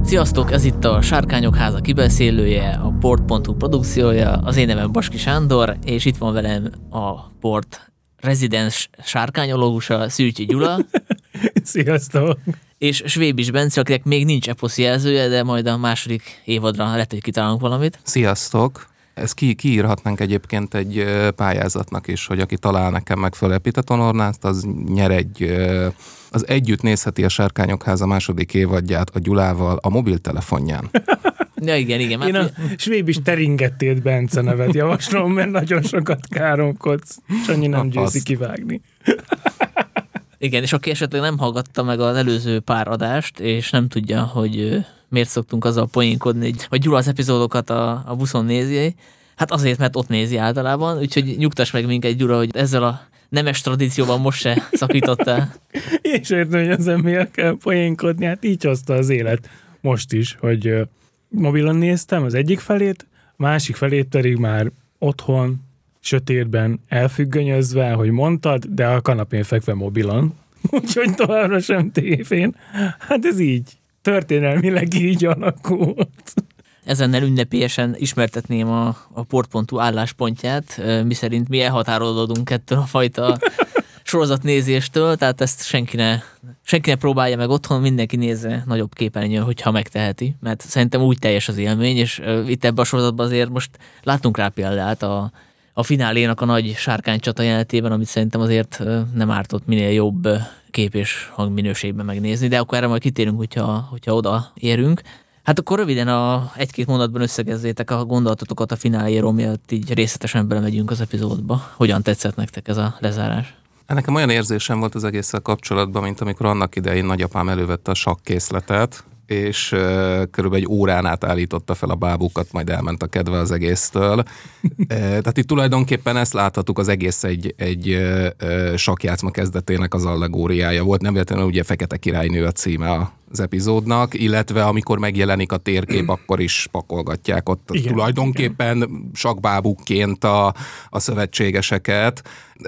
Sziasztok, ez itt a Sárkányok Háza kibeszélője, a Port.hu produkciója, az én nevem Baski Sándor, és itt van velem a Port rezidens sárkányológusa, Szűcsi Gyula. Sziasztok! És Svébis Bence, akinek még nincs eposzi jelzője, de majd a második évadra lehet, hogy kitalálunk valamit. Sziasztok! Ezt kiírhatnánk egyébként egy pályázatnak is, hogy aki talál nekem megfelelő epitetonornát, az nyer az együtt nézheti a Sárkányok Háza második évadját a Gyulával a mobiltelefonján. Ja, igen. Én a Svébis Teringettét Bence nevet javaslom, mert nagyon sokat káromkodsz, és annyi nem győzi kivágni. Igen, és aki esetleg nem hallgatta meg az előző pár adást, és nem tudja, hogy miért szoktunk azzal poénkodni, hogy Gyula az epizódokat a buszon nézi, hát azért, mert ott nézi általában, úgyhogy nyugtass meg minket, Gyula, hogy ezzel a nemes tradícióban most se szakítottál. Én sem értem, hogy ezzel miért kell poénkodni, hát így hozta az élet most is, hogy mobilon néztem az egyik felét, a másik felét pedig már otthon, sötétben elfüggönyözve, ahogy mondtad, de a kanapén fekve mobilon, úgyhogy továbbra sem tévén. Hát ez így, történelmileg így alakult. Ezennel ünnepélyesen ismertetném a Port.hu álláspontját, miszerint mi elhatárolódunk ettől a fajta sorozatnézéstől, tehát ezt senki ne próbálja meg otthon, mindenki nézze nagyobb képernyőn, hogyha megteheti, mert szerintem úgy teljes az élmény, és itt ebben a sorozatban azért most látunk rá példát a finálénak a nagy sárkánycsata jelenetében, amit szerintem azért nem ártott minél jobb kép és hangminőségben megnézni, de akkor erre majd kitérünk, hogyha oda érünk. Hát akkor röviden egy-két mondatban összegezzétek a gondolatotokat a fináléról, mielőtt így részletesen belemegyünk az epizódba. Hogyan tetszett nektek ez a lezárás? Nekem olyan érzésem volt az egésszel kapcsolatban, mint amikor annak idején nagyapám elővette a sakkészletet, és körülbelül egy órán át állította fel a bábukat, majd elment a kedve az egésztől. Tehát itt tulajdonképpen ezt láthattuk, az egész egy sakkjátszma kezdetének az allegóriája volt. Nem véletlenül ugye Fekete királynő a címe az epizódnak, illetve amikor megjelenik a térkép, akkor is pakolgatják ott igen, tulajdonképpen sakkbábukként a szövetségeseket.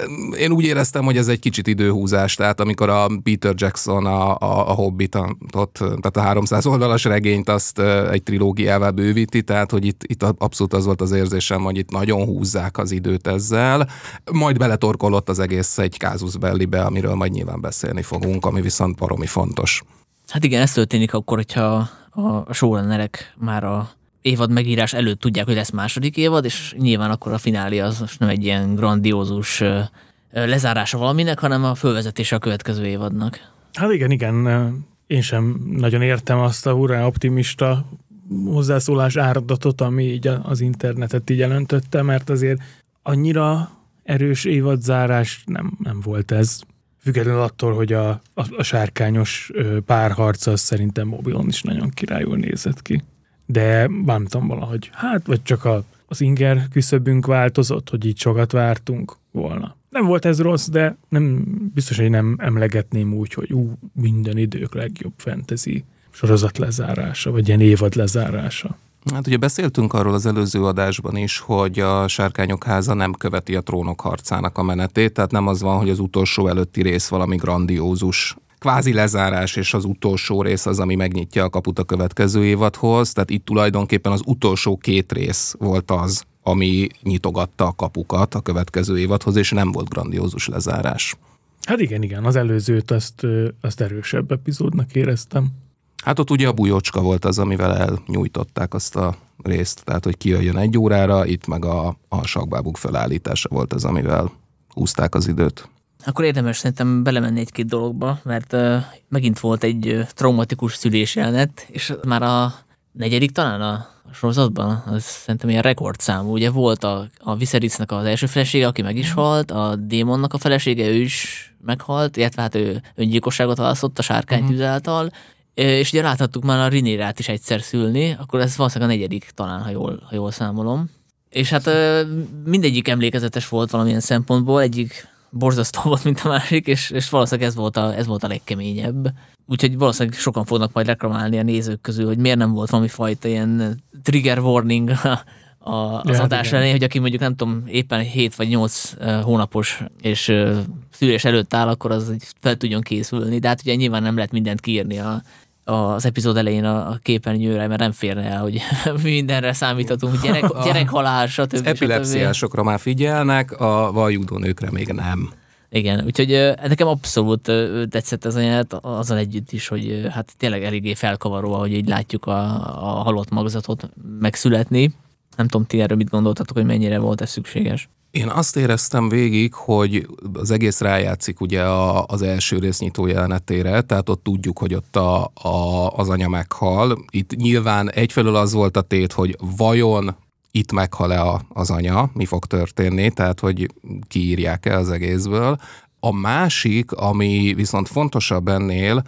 Én úgy éreztem, hogy ez egy kicsit időhúzás, tehát amikor a Peter Jackson a Hobbitot, tehát a 300 oldalas regényt azt egy trilógiává bővíti, tehát hogy itt abszolút az volt az érzésem, hogy itt nagyon húzzák az időt ezzel, majd beletorkolott az egész egy casus bellibe, amiről majd nyilván beszélni fogunk, ami viszont baromi fontos. Hát igen, ez történik akkor, hogyha a showrunnerek már a évad megírás előtt tudják, hogy lesz második évad, és nyilván akkor a finálé az most nem egy ilyen grandiózus lezárása valaminek, hanem a fölvezetése a következő évadnak. Hát igen. Én sem nagyon értem azt a hurrá optimista hozzászólás áradatot, ami így az internetet így elöntötte, mert azért annyira erős évadzárás nem volt ez. Függetlenül attól, hogy a sárkányos párharc az szerintem mobilon is nagyon királyul nézett ki. De nem tudom valahogy, vagy csak az inger küszöbünk változott, hogy így sokat vártunk volna. Nem volt ez rossz, de nem biztos, hogy nem emlegetném úgy, hogy minden idők legjobb fantasy sorozat lezárása, vagy ilyen évad lezárása. Hát ugye beszéltünk arról az előző adásban is, hogy a Sárkányok Háza nem követi a Trónok harcának a menetét, tehát nem az van, hogy az utolsó előtti rész valami grandiózus kvázi lezárás, és az utolsó rész az, ami megnyitja a kaput a következő évadhoz, tehát itt tulajdonképpen az utolsó két rész volt az, ami nyitogatta a kapukat a következő évadhoz, és nem volt grandiózus lezárás. Hát igen, az előzőt azt erősebb epizódnak éreztem. Hát ott ugye a bujócska volt az, amivel elnyújtották azt a részt, tehát hogy kijöjjön egy órára, itt meg a sakkbábuk felállítása volt az, amivel húzták az időt. Akkor érdemes szerintem belemenni egy-két dologba, mert megint volt egy traumatikus szülésjelenet, és már a negyedik talán a sorozatban, az szerintem ilyen rekordszámú. Ugye volt a Viserysnek az első felesége, aki meg is halt, a démonnak a felesége, ő is meghalt, illetve hát ő öngyilkosságot választott a sárkánytűz által, és ugye láthattuk már a Rhaenyrát is egyszer szülni, akkor ez valószínűleg a negyedik talán, ha jól számolom. És hát mindegyik emlékezetes volt valamilyen szempontból, egyik borzasztó volt, mint a másik, és valószínűleg ez volt a legkeményebb. Úgyhogy valószínűleg sokan fognak majd reklamálni a nézők közül, hogy miért nem volt valami fajta ilyen trigger warning az adás elején, hogy aki mondjuk nem tudom, éppen 7 vagy 8 hónapos és szülés előtt áll, akkor az fel tudjon készülni. De hát ugye nyilván nem lehet mindent kiírni a az epizód elején a képernyőre, mert nem férne el, hogy mindenre számíthatunk, gyerekhalál, stb. Epilepsziásokra már figyelnek, a vajúdó nőkre még nem. Igen, úgyhogy nekem abszolút tetszett ez a jelenet, azzal együtt is, hogy hát tényleg eléggé felkavaró, ahogy így látjuk a halott magzatot megszületni. Nem tudom, ti erről mit gondoltatok, hogy mennyire volt ez szükséges? Én azt éreztem végig, hogy az egész rájátszik ugye az első rész nyitó jelenetére, tehát ott tudjuk, hogy ott az anya meghal. Itt nyilván egyfelől az volt a tét, hogy vajon itt meghal-e az anya, mi fog történni, tehát hogy kiírják-e az egészből. A másik, ami viszont fontosabb ennél,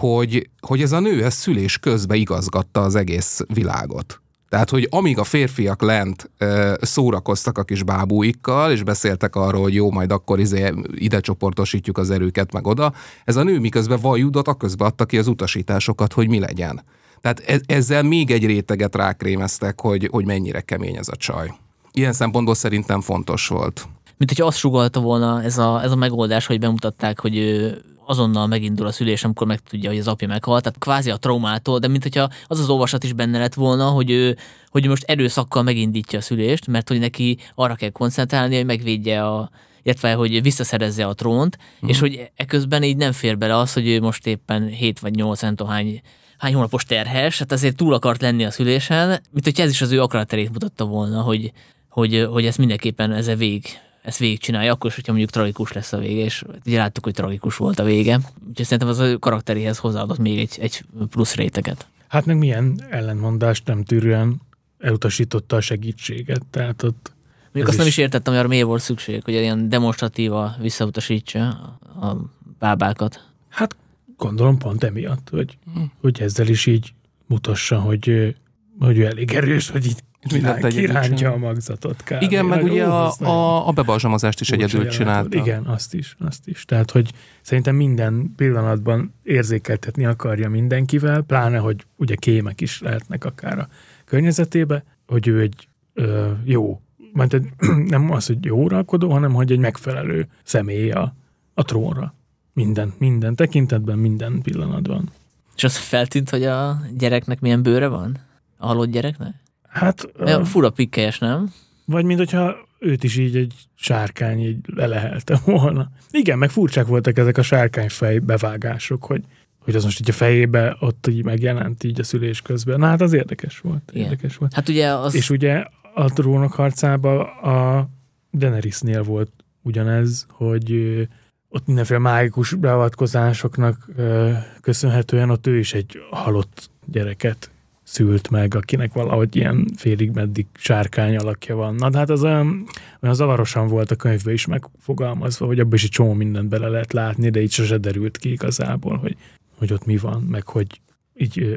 hogy ez a nő ez szülés közben igazgatta az egész világot. Tehát, hogy amíg a férfiak lent szórakoztak a kis bábúikkal, és beszéltek arról, hogy jó, majd akkor ide csoportosítjuk az erőket, meg oda, ez a nő miközben vajúdott, akközben adta ki az utasításokat, hogy mi legyen. Tehát ezzel még egy réteget rákrémeztek, hogy mennyire kemény ez a csaj. Ilyen szempontból szerintem fontos volt. Mint hogyha azt sugallta volna ez a megoldás, hogy bemutatták, hogy azonnal megindul a szülés, amikor megtudja, hogy az apja meghalt, tehát kvázi a traumától, de mint hogyha az az olvasat is benne lett volna, hogy ő most erőszakkal megindítja a szülést, mert hogy neki arra kell koncentrálni, hogy megvédje illetve hogy visszaszerezze a trónt, és hogy eközben így nem fér bele az, hogy ő most éppen 7 vagy 8, nem tudom hány hónapos terhes, hát azért túl akart lenni a szülésen, mint hogy ez is az ő akaraterét mutatta volna, hogy ezt mindenképpen ezt végigcsinálja, akkor is, hogyha mondjuk tragikus lesz a vége, és ugye láttuk, hogy tragikus volt a vége. Úgyhogy szerintem az ő karakteréhez hozzáadott még egy plusz réteget. Hát meg milyen ellentmondást nem tűrően elutasította a segítséget, tehát ott... Mondjuk azt nem is értettem, hogy arra miért volt szükség, hogy ilyen demonstratíva visszautasítsa a bábákat. Hát gondolom pont emiatt, hogy ezzel is így mutassa, hogy ő elég erős, hogy így kirántja a magzatot. Kb. Igen, meg ugye a bebalzsamozást is egyedül csinálta. Igen, azt is. Tehát, hogy szerintem minden pillanatban érzékeltetni akarja mindenkivel, pláne, hogy ugye kémek is lehetnek akár a környezetébe, hogy ő egy jó, mert nem az, hogy jó uralkodó, hanem hogy egy megfelelő személy a trónra. Minden tekintetben, minden pillanatban. És az feltűnt, hogy a gyereknek milyen bőre van? A halott gyereknek? Hát... fura pikkelyes, nem? Vagy mint hogyha őt is így egy sárkány így lelehelte volna. Igen, meg furcsák voltak ezek a sárkányfej bevágások, hogy az most így a fejébe ott így megjelent így a szülés közben. Na hát az érdekes volt. Hát ugye És ugye a Trónok harcában a Daenerysnél volt ugyanez, hogy ott mindenféle mágikus beavatkozásoknak köszönhetően ott ő is egy halott gyereket szült meg, akinek valahogy ilyen félig meddig sárkány alakja van. Na, de hát az olyan zavarosan volt a könyvben is megfogalmazva, hogy abban is egy csomó mindent bele lehet látni, de így sose derült ki igazából, hogy ott mi van, meg hogy így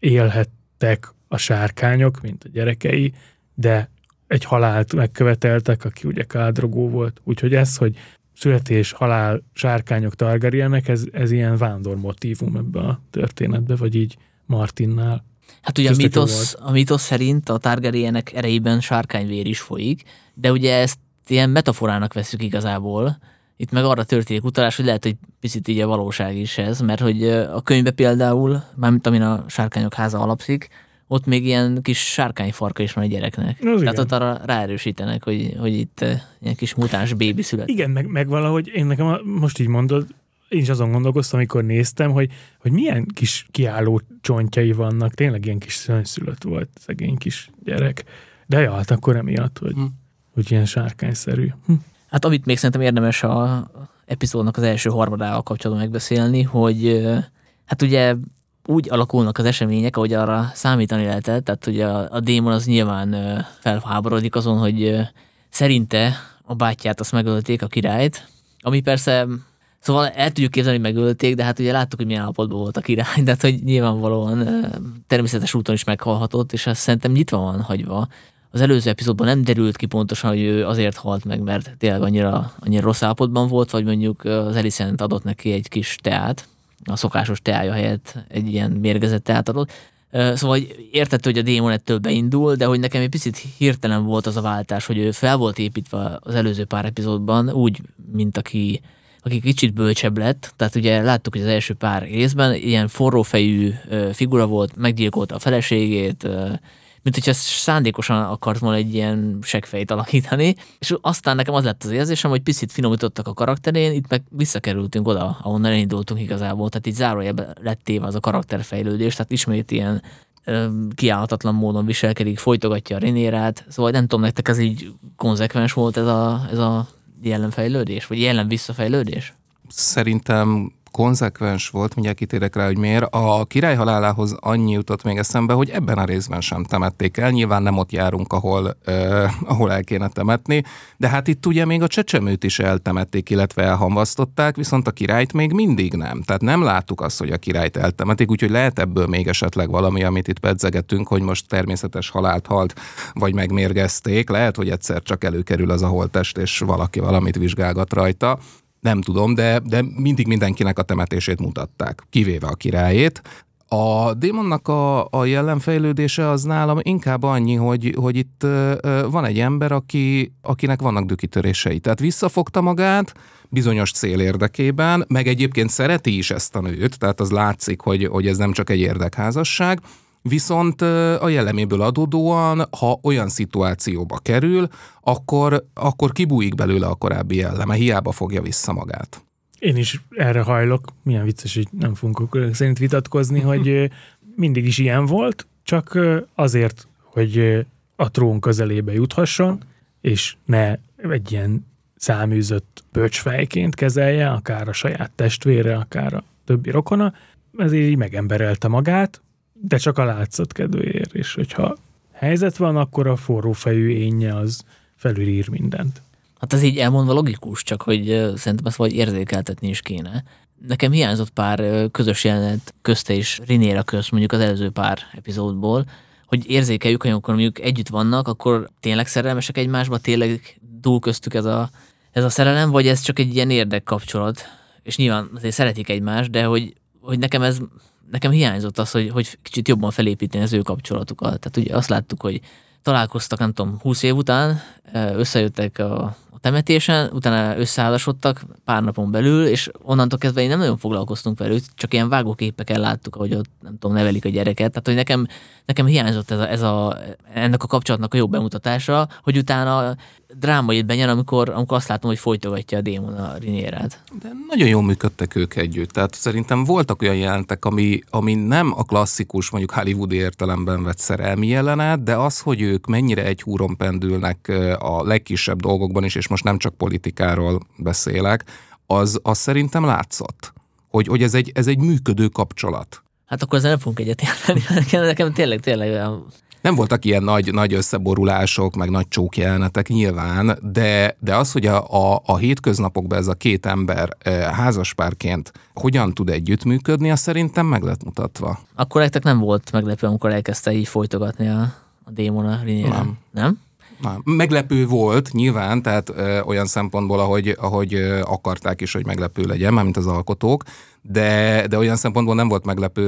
élhettek a sárkányok, mint a gyerekei, de egy halált megköveteltek, aki ugye Khal Drogo volt. Úgyhogy ez, hogy születés, halál, sárkányok, Targaryenek, ez ilyen vándor motívum ebbe a történetbe, vagy így Martinnál. Hát ugye a mítosz szerint a Targaryenek erejében sárkányvér is folyik, de ugye ezt ilyen metaforának veszük igazából. Itt meg arra történik utalás, hogy lehet, hogy picit így a valóság is ez, mert hogy a könyvbe például, mármint amin a Sárkányok háza alapszik, ott még ilyen kis sárkányfarka is van a gyereknek. Tehát ott arra ráerősítenek, hogy itt ilyen kis mutáns bébi szület. Igen, meg valahogy én nekem most így mondod, én is azon gondolkoztam, amikor néztem, hogy milyen kis kiálló csontjai vannak, tényleg ilyen kis szőnyszülött volt szegény kis gyerek. De ja, hát akkor emiatt, hogy ilyen sárkányszerű. Hát amit még szerintem érdemes a epizódnak az első harmadával kapcsolatban megbeszélni, hogy hát ugye úgy alakulnak az események, ahogy arra számítani lehetett, tehát ugye a démon az nyilván felháborodik azon, hogy szerinte a bátyját azt megölték, a királyt, ami persze, szóval el tudjuk képzelni, hogy megölték, de hát ugye láttuk, hogy milyen állapotban volt a király, tehát hogy nyilvánvalóan természetes úton is meghalhatott, és azt szerintem nyitva van hagyva. Az előző epizódban nem derült ki pontosan, hogy ő azért halt meg, mert tényleg annyira rossz állapotban volt, vagy mondjuk az Alicent adott neki egy kis teát, a szokásos teája helyett egy ilyen mérgezett teát adott. Szóval értető, hogy a démon ettől beindul, de hogy nekem egy picit hirtelen volt az a váltás, hogy ő fel volt építve az előző pár epizódban, úgy, mint aki aki kicsit bölcsebb lett, tehát ugye láttuk, hogy az első pár részben ilyen forrófejű figura volt, meggyilkolta a feleségét, mint hogyha szándékosan akart volna egy ilyen seggfejt alakítani, és aztán nekem az lett az érzésem, hogy picit finomítottak a karakterén, itt meg visszakerültünk oda, ahonnan elindultunk igazából, tehát így zárójelben lett téve az a karakterfejlődés, tehát ismét ilyen kiállhatatlan módon viselkedik, folytogatja a Rhaenyrát, szóval nem tudom, nektek ez így konzekvens volt ez a jelenfejlődés, vagy jelen visszafejlődés? Szerintem konzekvens volt, mindjárt kitérek rá, hogy miért. A király halálához annyi jutott még eszembe, hogy ebben a részben sem temették el. Nyilván nem ott járunk, ahol el kéne temetni, de hát itt ugye még a csecsemőt is eltemették, illetve elhamvasztották, viszont a királyt még mindig nem. Tehát nem láttuk azt, hogy a királyt eltemetik, úgyhogy lehet ebből még esetleg valami, amit itt pedzegetünk, hogy most természetes halált halt, vagy megmérgezték. Lehet, hogy egyszer csak előkerül az a holttest, és valaki valamit vizsgálgat rajta. Nem tudom, de mindig mindenkinek a temetését mutatták, kivéve a királyét. A démonnak a jelenfejlődése az nálam inkább annyi, hogy itt van egy ember, akinek vannak dükitörései. Tehát visszafogta magát bizonyos cél érdekében, meg egyébként szereti is ezt a nőt, tehát az látszik, hogy ez nem csak egy érdekházasság, viszont a jelleméből adódóan, ha olyan szituációba kerül, akkor kibújik belőle a korábbi jelleme, hiába fogja vissza magát. Én is erre hajlok, milyen vicces, hogy nem fogunk szerint vitatkozni, hogy mindig is ilyen volt, csak azért, hogy a trón közelébe juthasson, és ne egy ilyen száműzött pöcsfejként kezelje, akár a saját testvére, akár a többi rokona, ezért így megemberelte magát, de csak a látszat kedvéért, és hogyha helyzet van, akkor a forrófejű énje az felülír mindent. Hát ez így elmondva logikus, csak hogy szerintem ezt valahogy érzékeltetni is kéne. Nekem hiányzott pár közös jelenet közte és Rhaenyra közt, mondjuk az előző pár epizódból, hogy érzékeljük, hogy amikor mondjuk együtt vannak, akkor tényleg szerelmesek egymásba, tényleg dúl köztük ez a szerelem, vagy ez csak egy ilyen érdekkapcsolat, és nyilván azért szeretik egymást, de hogy nekem hiányzott az, hogy kicsit jobban felépíteni az ő kapcsolatukat. Tehát ugye azt láttuk, hogy találkoztak, nem tudom, 20 év után, összejöttek a temetésen, utána összeházasodtak pár napon belül, és onnantól kezdve én nem nagyon foglalkoztunk velük, csak ilyen vágóképeken láttuk, ahogy ott, nem tudom, nevelik a gyereket. Tehát, hogy nekem hiányzott ennek a kapcsolatnak a jobb bemutatása, hogy utána drámait benyen, amikor azt látom, hogy folytogatja a démon a Rhaenyrát. De nagyon jól működtek ők együtt. Tehát szerintem voltak olyan jelentek, ami nem a klasszikus, mondjuk hollywoodi értelemben vett szerelmi jelenet, de az, hogy ők mennyire egy húron pendülnek a legkisebb dolgokban is, és most nem csak politikáról beszélek, az szerintem látszott, hogy ez egy működő kapcsolat. Hát akkor ezzel nem fogunk egyet érteni. Nekem tényleg nem voltak ilyen nagy összeborulások, meg nagy csókjelenetek nyilván, de az, hogy a hétköznapokban ez a két ember házaspárként hogyan tud együttműködni, az szerintem meg lett mutatva. Akkor nektek nem volt meglepő, amikor elkezdte így folytogatni a démon a Rhaenyra? Nem? Meglepő volt nyilván, tehát olyan szempontból, ahogy akarták is, hogy meglepő legyen, mármint az alkotók, de olyan szempontból nem volt meglepő,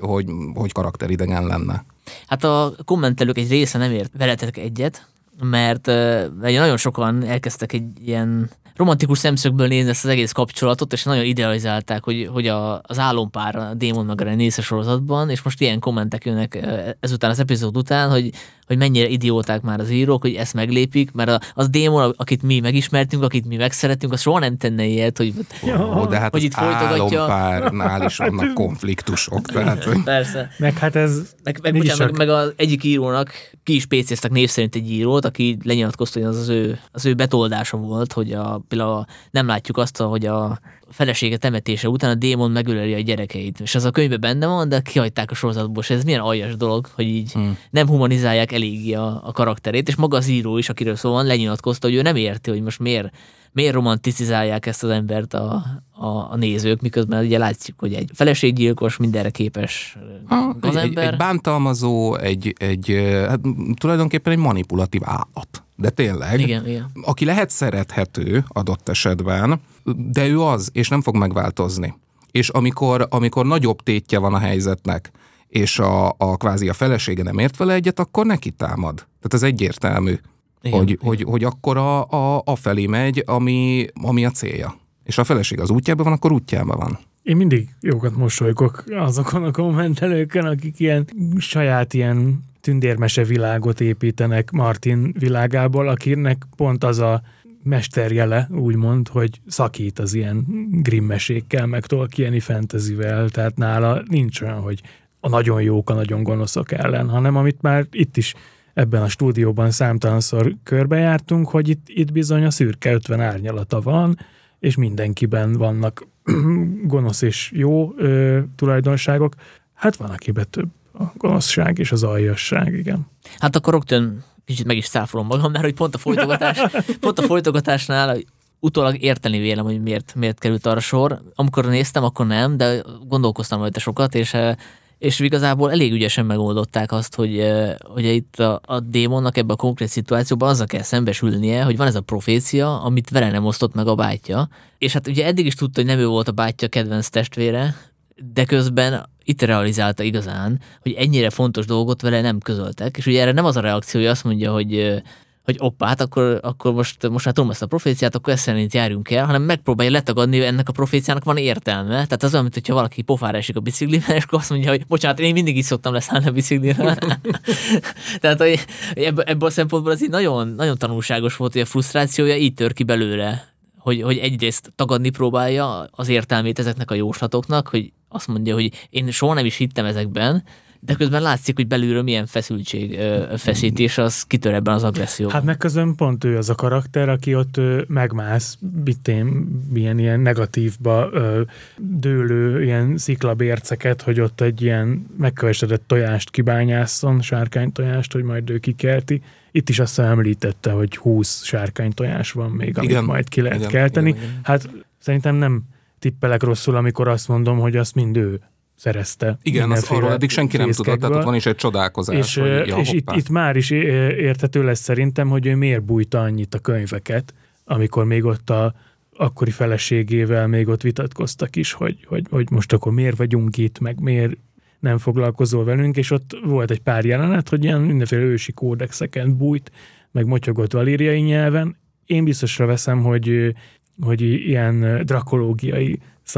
hogy karakteridegen lenne. Hát a kommentelők egy része nem ért veletek egyet, mert nagyon sokan elkezdtek egy ilyen romantikus szemszögből nézni ezt az egész kapcsolatot, és nagyon idealizálták, hogy az álompár a démon meg a Rhaenyra sorozatban, és most ilyen kommentek jönnek ezután az epizód után, hogy mennyire idióták már az írók, hogy ezt meglépik, mert az démon, akit mi megismertünk, akit mi megszerettünk, az soha nem tenne ilyet, hogy de hát hogy az itt folytogatja. álompárnál is vannak konfliktusok. Tehát, hogy... Persze. Meg hát ez... Meg az egyik írónak ki is pécéztek név szerint egy írót, aki lenyilatkozta, hogy az ő betoldása volt, hogy például nem látjuk azt, hogy a felesége temetése után a démon megöleli a gyerekeit. És ez a könyvben benne van, de kihagyták a sorozatból, és ez milyen aljas dolog, hogy így nem humanizálják eléggé a karakterét, és maga az író is, akiről szó van, lenyilatkozta, hogy ő nem érti, hogy most miért romanticizálják ezt az embert a nézők, miközben ugye látjuk, hogy egy feleséggyilkos, mindenre képes gazember. Egy bántalmazó, hát, tulajdonképpen egy manipulatív állat. De tényleg, igen. Aki lehet szerethető adott esetben, de ő az, és nem fog megváltozni. És amikor nagyobb tétje van a helyzetnek, és kvázi a felesége nem ért vele egyet, akkor neki támad. Tehát ez egyértelmű, igen. Hogy akkor a felé megy, ami a célja. És ha a feleség az útjában van, akkor útjában van. Én mindig jókat mosolygok azokon a kommentelőkön, akik ilyen saját ilyen tündérmese világot építenek Martin világából, akinek pont az a mesterjele, úgymond, hogy szakít az ilyen Grimm mesékkel, meg Tolkieni fantasyvel, tehát nála nincs olyan, hogy a nagyon jók, a nagyon gonoszok ellen, hanem amit már itt is ebben a stúdióban számtalanszor körbejártunk, hogy itt bizony a szürke 50 árnyalata van, és mindenkiben vannak gonosz és jó tulajdonságok. Hát van, akiben több a gonoszság és az aljasság, igen. Hát akkor rögtön kicsit meg is száfolom magam, mert hogy pont a folytogatásnál utólag érteni vélem, hogy miért került arra sor. Amikor néztem, akkor nem, de gondolkoztam rajta sokat, és igazából elég ügyesen megoldották azt, hogy itt a démonnak ebben a konkrét szituációban azzal kell szembesülnie, hogy van ez a profécia, amit vele nem osztott meg a bátyja. És hát ugye eddig is tudta, hogy nem ő volt a bátyja kedvenc testvére, de közben itt realizálta igazán, hogy ennyire fontos dolgot vele nem közöltek, és ugye erre nem az a reakció, hogy azt mondja, hogy oppá, hát akkor most már tudom ezt a proféciát, akkor ezt szerint járjunk el, hanem megpróbálja letagadni, hogy ennek a proféciának van értelme. Tehát az olyan, mintha valaki pofára esik a bicikliben, és akkor azt mondja, hogy bocsánat, én mindig is szoktam leszállni a biciklire. Tehát hogy ebből a szempontból az így nagyon, nagyon tanulságos volt, hogy a frusztrációja így tör ki belőle, hogy egyrészt tagadni próbálja az értelmét ezeknek a jóslatoknak, hogy azt mondja, hogy én soha nem is hittem ezekben, de közben látszik, hogy belülről milyen feszültség feszítés, az kitör ebben az agresszióban. Hát meg közben pont ő az a karakter, aki ott megmász, ilyen negatívba dőlő ilyen sziklabérceket, hogy ott egy ilyen megkövesedett tojást kibányásszon, sárkánytojást, hogy majd ő kikelti. Itt is azt említette, hogy 20 sárkánytojás van még, amit majd ki lehet kelteni. Igen. Hát szerintem nem tippelek rosszul, amikor azt mondom, hogy azt mind ő szerezte. Igen, az arról eddig senki nem tudott, tehát ott van is egy csodálkozás. És itt már is érthető lesz szerintem, hogy ő miért bújta annyit a könyveket, amikor még ott a akkori feleségével még ott vitatkoztak is, hogy most akkor miért vagyunk itt, meg miért nem foglalkozol velünk, és ott volt egy pár jelenet, hogy ilyen mindenféle ősi kódexeken bújt, meg motyogott valíriai nyelven. Én biztosra veszem, hogy ilyen drakológiai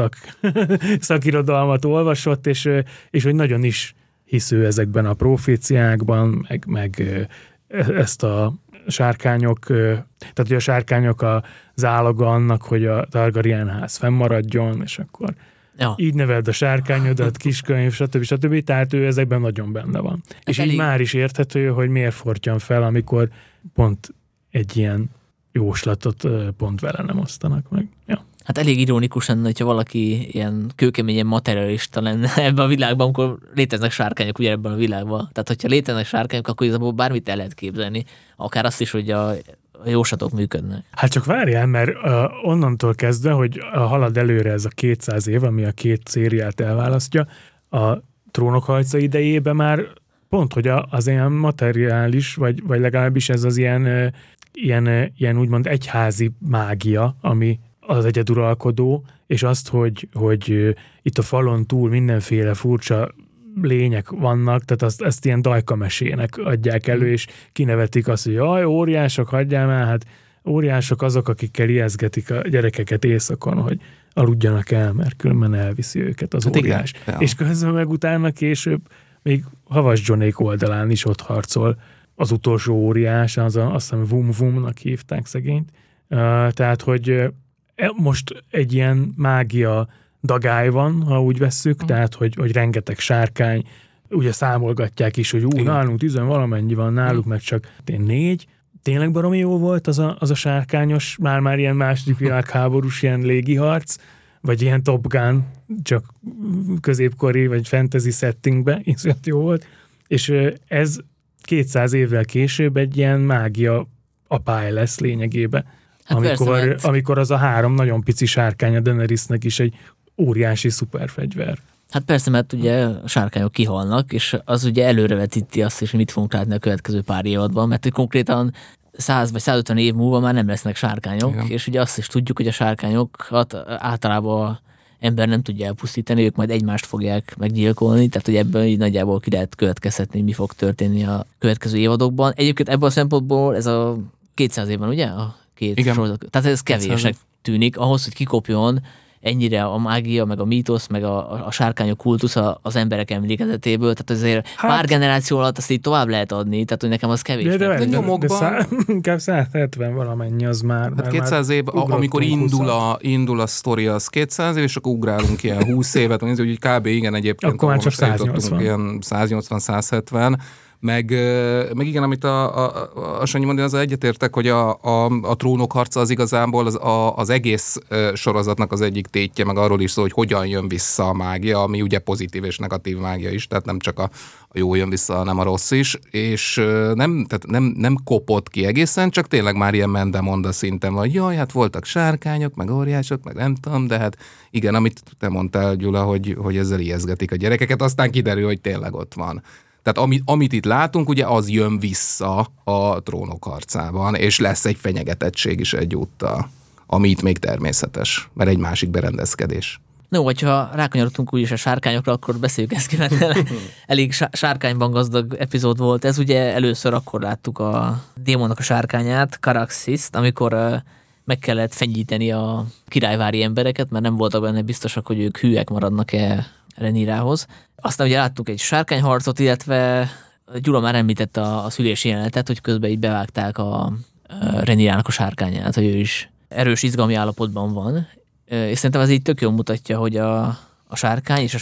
szakirodalmat olvasott, és hogy nagyon is hisző ezekben a proféciákban, meg ezt a sárkányok, tehát hogy a sárkányok az állaga annak, hogy a Targaryen ház fennmaradjon, és akkor így neveld a sárkányodat, kiskönyv, stb. Tehát ő ezekben nagyon benne van. És így már is érthető, hogy miért fortyan fel, amikor pont egy ilyen jóslatot pont vele nem osztanak meg. Ja. Hát elég ironikus lenne, hogyha valaki ilyen kőkeményen materialista lenne ebben a világban, amikor léteznek sárkányok ugye ebben a világban. Tehát, hogyha léteznek sárkányok, akkor igazából bármit el lehet képzelni. Akár azt is, hogy a jóslatok működnek. Hát csak várjál, mert onnantól kezdve, hogy halad előre ez a 200 év, ami a két szériát elválasztja, a Trónok harca idejében már pont, hogy az ilyen materiális, vagy legalábbis ez az ilyen úgymond egyházi mágia, ami az egyeduralkodó, és azt, hogy itt a falon túl mindenféle furcsa lények vannak, tehát ezt ilyen dajkamesének adják elő, és kinevetik azt, hogy jaj, óriások, hagyjál már, hát óriások azok, akikkel ijeszgetik a gyerekeket éjszakon, hogy aludjanak el, mert különben elviszi őket az óriás. Igen, és közben meg utána később még Havas Johnék oldalán is ott harcol az utolsó óriás, azt hiszem Vum-Vumnak hívták szegényt. Tehát, hogy most egy ilyen mágia dagály van, ha úgy vesszük, tehát, hogy rengeteg sárkány, ugye számolgatják is, hogy nálunk 10 valamennyi van, náluk meg csak 4. Tényleg baromi jó volt az a sárkányos, már ilyen második világháborús ilyen légiharc, vagy ilyen Top Gun, csak középkori, vagy fantasy settingben, iszonyat jó volt. És ez 200 évvel később egy ilyen mágia apály lesz lényegében. Hát amikor az a 3 nagyon pici sárkány a Daenerysnek is egy óriási szuperfegyver. Hát persze, mert ugye a sárkányok kihalnak, és az ugye előrevetíti azt is, hogy mit fogunk látni a következő pár évadban, mert hogy konkrétan 100 vagy 150 év múlva már nem lesznek sárkányok, igen. És ugye azt is tudjuk, hogy a sárkányokat általában ember nem tudja elpusztítani, ők majd egymást fogják meggyilkolni, tehát hogy ebből így nagyjából ki lehet következtetni, mi fog történni a következő évadokban. Egyébként ebből a szempontból ez a 200 évben, ugye? A két sorozat. Tehát ez kevésnek tűnik, ahhoz, hogy kikopjon ennyire a mágia, meg a mítosz, meg a sárkányok kultusza az emberek emlékezetéből, tehát azért pár generáció alatt azt így tovább lehet adni, tehát hogy nekem az kevés. De nyomokban... Inkább 170 valamennyi az már. Hát 200 év, amikor indul a sztori, az 200 év, és akkor ugrálunk ilyen 20 évet, úgy kb. Igen, egyébként. Akkor már csak 180. Ilyen 180-170. Meg igen, amit a Sanyi mondja, az egyetértek, hogy a trónok harca az igazából az egész sorozatnak az egyik tétje, meg arról is szól, hogy hogyan jön vissza a mágia, ami ugye pozitív és negatív mágia is, tehát nem csak a jó jön vissza, hanem a rossz is, és nem kopott ki egészen, csak tényleg már ilyen mendemonda szinten van, jaj, hát voltak sárkányok, meg óriások, meg nem tudom, de hát igen, amit te mondtál, Gyula, hogy ezzel ijeszgetik a gyerekeket, aztán kiderül, hogy tényleg ott van. Tehát amit itt látunk, ugye az jön vissza a trónok harcában, és lesz egy fenyegetettség is egyúttal, ami itt még természetes, mert egy másik berendezkedés. No, hogyha rákanyarodtunk úgyis a sárkányokra, akkor beszéljük ezt ki, mert elég sárkányban gazdag epizód volt. Ez ugye először akkor láttuk a démonnak a sárkányát, Caraxist, amikor meg kellett fenyíteni a királyvári embereket, mert nem voltak benne biztosak, hogy ők hűek maradnak-e Rhaenyrához. Aztán ugye láttuk egy sárkányharcot, illetve Gyula már említette a szülési jelenetet, hogy közben így bevágták a Rhaenyrának a sárkányát, hogy ő is erős izgalmi állapotban van. És szerintem ez így tök jól mutatja, hogy a sárkány és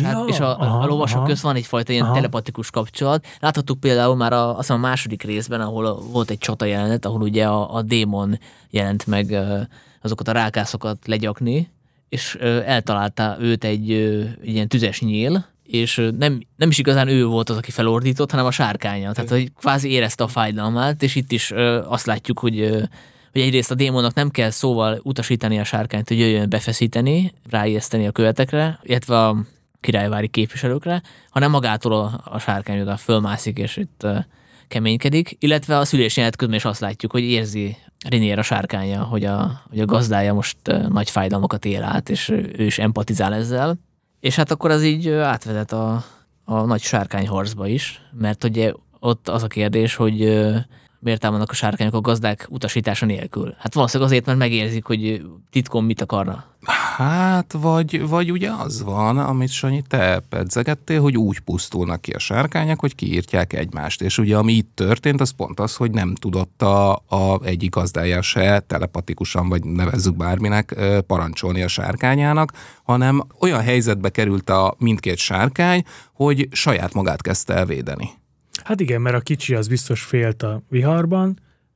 a lovasok közt van egyfajta ilyen telepatikus kapcsolat. Láthattuk például már azt hiszem a második részben, ahol volt egy csata jelenet, ahol ugye a démon jelent meg azokat a rákászokat legyakni, és eltalálta őt egy ilyen tüzes nyíl, és nem is igazán ő volt az, aki felordított, hanem a sárkánya. Tehát, hogy kvázi érezte a fájdalmát, és itt is azt látjuk, hogy egyrészt a démonnak nem kell szóval utasítani a sárkányt, hogy jöjjön befeszíteni, ráijeszteni a követekre, illetve a királyvári képviselőkre, hanem magától a sárkány oda fölmászik, és itt keménykedik, illetve a szülési jelenet közben is azt látjuk, hogy érzi Rhaenyra a sárkánya, hogy a gazdája most nagy fájdalmakat él át, és ő is empatizál ezzel. És hát akkor az így átvezet a nagy sárkányharcba is, mert ugye ott az a kérdés, hogy miért támadnak a sárkányok a gazdák utasítása nélkül. Hát valószínűleg azért, mert megérzik, hogy titkon mit akarna. Hát, vagy ugye az van, amit Sanyi, te pedzegettél, hogy úgy pusztulnak ki a sárkányok, hogy kiírtják egymást. És ugye ami itt történt, az pont az, hogy nem tudott a egyik gazdája se telepatikusan, vagy nevezzük bárminek, parancsolni a sárkányának, hanem olyan helyzetbe került a mindkét sárkány, hogy saját magát kezdte el védeni. Hát igen, mert a kicsi az biztos félt a viharban,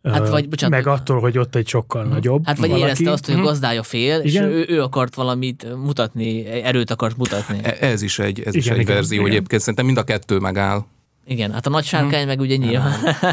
meg attól, hogy ott egy sokkal nagyobb. Hát vagy valaki érezte azt, hogy a gazdája fél, és ő akart valamit mutatni, erőt akart mutatni. Ez is egy verzió, igen. Egyébként szerintem mind a kettő megáll. Igen, hát a nagy sárkány meg ugye nyilván.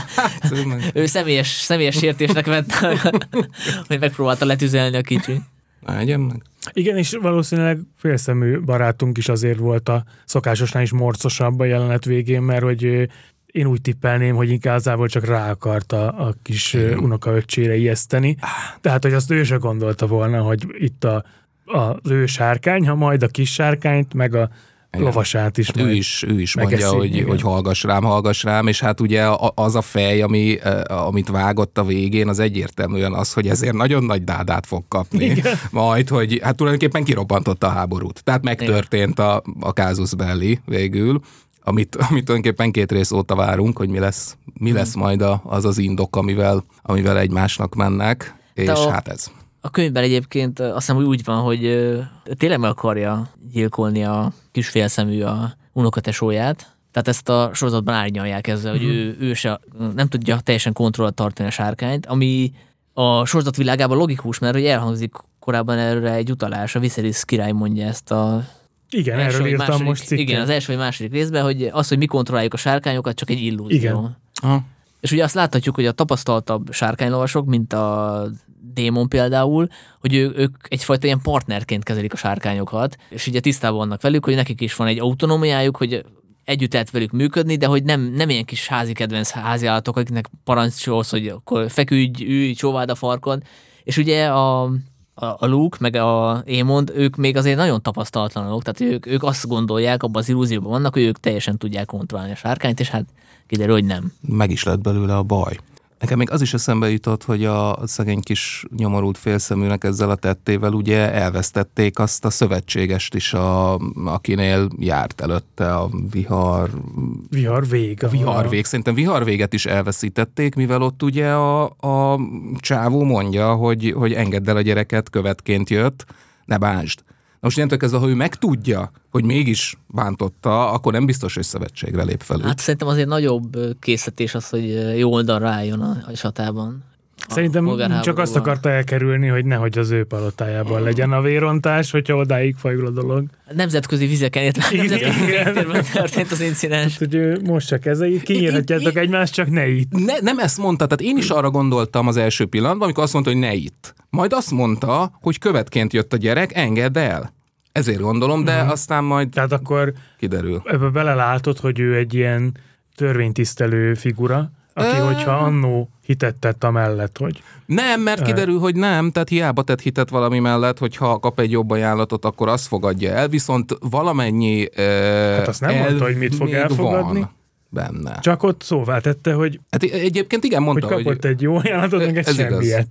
Ő személyes sértésnek vett, hogy megpróbálta letüzelni a kicsi. Egyen meg. Igen, és valószínűleg félszemű barátunk is azért volt a szokásosnál is morcosabb a jelenet végén, mert hogy én úgy tippelném, hogy igazából csak rá akarta a kis unokaöccsére ijeszteni. Tehát, hogy azt ő se gondolta volna, hogy itt az ő sárkány, ha majd a kis sárkányt, meg a lovasát is. Hát ő is mondja, hogy hallgass rám, és hát ugye az a fej, amit vágott a végén, az egyértelműen az, hogy ezért nagyon nagy dádát fog kapni. Igen. Majd, hogy hát tulajdonképpen kirobbantotta a háborút. Tehát megtörtént a casus belli végül, amit tulajdonképpen 2 rész óta várunk, hogy mi lesz majd az indok, amivel egymásnak mennek, és hát ez. A könyvben egyébként azt hiszem, hogy úgy van, hogy tényleg meg akarja gyilkolni a kis félszemű a unokatesóját. Tehát ezt a sorozatban árnyalják ezzel, hogy ő se nem tudja teljesen kontrollat tartani a sárkányt, ami a sorozat világában logikus, mert hogy elhangzik korábban erre egy utalás, a Viserys király mondja ezt a... Igen, erről írtam most cikket. Igen, az első vagy második részben, hogy az, hogy mi kontrolláljuk a sárkányokat, csak egy illúzió. Igen. És ugye azt láthatjuk, hogy a tapasztaltabb sárkánylovasok, mint a démon például, hogy ők egyfajta ilyen partnerként kezelik a sárkányokat, és ugye tisztában vannak velük, hogy nekik is van egy autonómiájuk, hogy együtt lehet velük működni, de hogy nem ilyen kis házi kedvenc háziállatok, akiknek parancsolsz, hogy akkor feküdj, ülj, csóváld a farkon. És ugye a Luke, meg a Aemond, ők még azért nagyon tapasztalatlanok, tehát ők azt gondolják, abban az illúzióban vannak, hogy ők teljesen tudják kontrollálni a sárkányt, és hát kiderül, hogy nem. Meg is lett belőle a baj. Nekem még az is eszembe jutott, hogy a szegény kis nyomorult félszeműnek ezzel a tettével ugye elvesztették azt a szövetségest is, akinél járt előtte a Viharvég. Viharvég. Szerintem Viharvéget is elveszítették, mivel ott ugye a csávó mondja, hogy engedd el a gyereket, követként jött, ne bántsd. Most innentől kezdve, ha ő megtudja, hogy mégis bántotta, akkor nem biztos, hogy szövetségre lép felül. Hát szerintem azért nagyobb készítés az, hogy jó oldalra álljon a csatában. Szerintem csak azt akarta elkerülni, hogy nehogy az ő palotájában legyen a vérontás, hogyha odáig fajul a dolog. Nemzetközi vizeken, nemzetközi történt az incidens. Tehát, hogy most csak kezeit kinyírhatjátok egymást, csak ne itt. Nem ezt mondta, tehát én is arra gondoltam az első pillanatban, amikor azt mondta, hogy ne itt. Majd azt mondta, hogy követként jött a gyerek, engedd el. Ezért gondolom, de aztán majd tehát akkor kiderül. Ebbe belelátod, hogy ő egy ilyen törvénytisztelő figura, aki, hogyha annó hitet tett amellett, hogy... Nem, mert kiderül, hogy nem, tehát hiába tett hitet valami mellett, hogyha kap egy jobb ajánlatot, akkor azt fogadja el, viszont valamennyi hát azt nem mondta, hogy mit fog elfogadni. Benne. Csak ott szóvá tette, hogy... Hát egyébként igen, mondta, hogy kapott egy jó ajánlatot, meg ez semmiet.